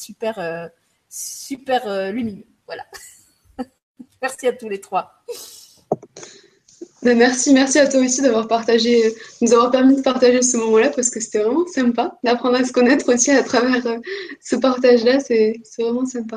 lumineux. Voilà. Merci à tous les 3.
Ben merci à toi aussi d'avoir nous avoir permis de partager ce moment-là parce que c'était vraiment sympa d'apprendre à se connaître aussi à travers ce partage-là. C'est vraiment sympa.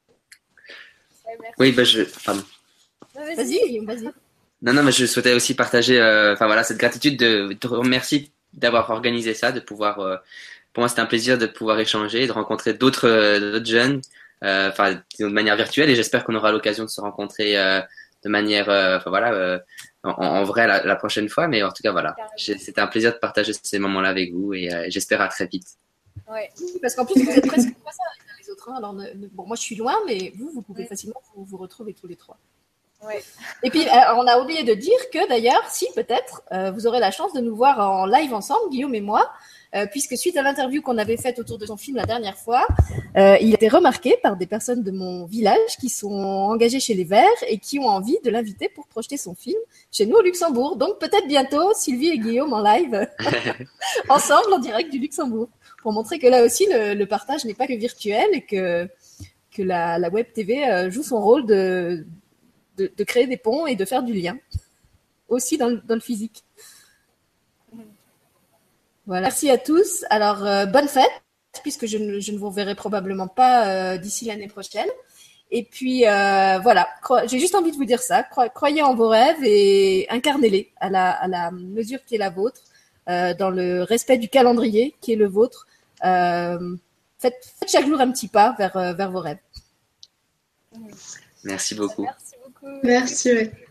Oui, pardon.
Vas-y.
Non, mais je souhaitais aussi partager, cette gratitude de te remercier d'avoir organisé ça, de pouvoir. Pour moi, c'était un plaisir de pouvoir échanger, de rencontrer d'autres jeunes, de manière virtuelle, et j'espère qu'on aura l'occasion de se rencontrer de manière, en vrai la prochaine fois. Mais en tout cas, voilà, c'était un plaisir de partager ces moments-là avec vous, et j'espère à très vite.
Ouais, parce qu'en plus vous êtes presque voisins les autres. Alors, bon, moi je suis loin, mais vous pouvez facilement vous retrouver tous les 3. Ouais. Et puis, on a oublié de dire que d'ailleurs, si peut-être, vous aurez la chance de nous voir en live ensemble, Guillaume et moi, puisque suite à l'interview qu'on avait faite autour de son film la dernière fois, il a été remarqué par des personnes de mon village qui sont engagées chez les Verts et qui ont envie de l'inviter pour projeter son film chez nous au Luxembourg. Donc peut-être bientôt, Sylvie et Guillaume en live, ensemble en direct du Luxembourg, pour montrer que là aussi, le partage n'est pas que virtuel et que la web TV joue son rôle de créer des ponts et de faire du lien, aussi dans le physique. Voilà. Merci à tous. Alors, bonne fête, puisque je ne vous reverrai probablement pas d'ici l'année prochaine. Et puis, voilà, j'ai juste envie de vous dire ça. Croyez en vos rêves et incarnez-les à la mesure qui est la vôtre, dans le respect du calendrier qui est le vôtre. Faites chaque jour un petit pas vers vos rêves.
Merci beaucoup.
Merci beaucoup.
Merci. Ouais.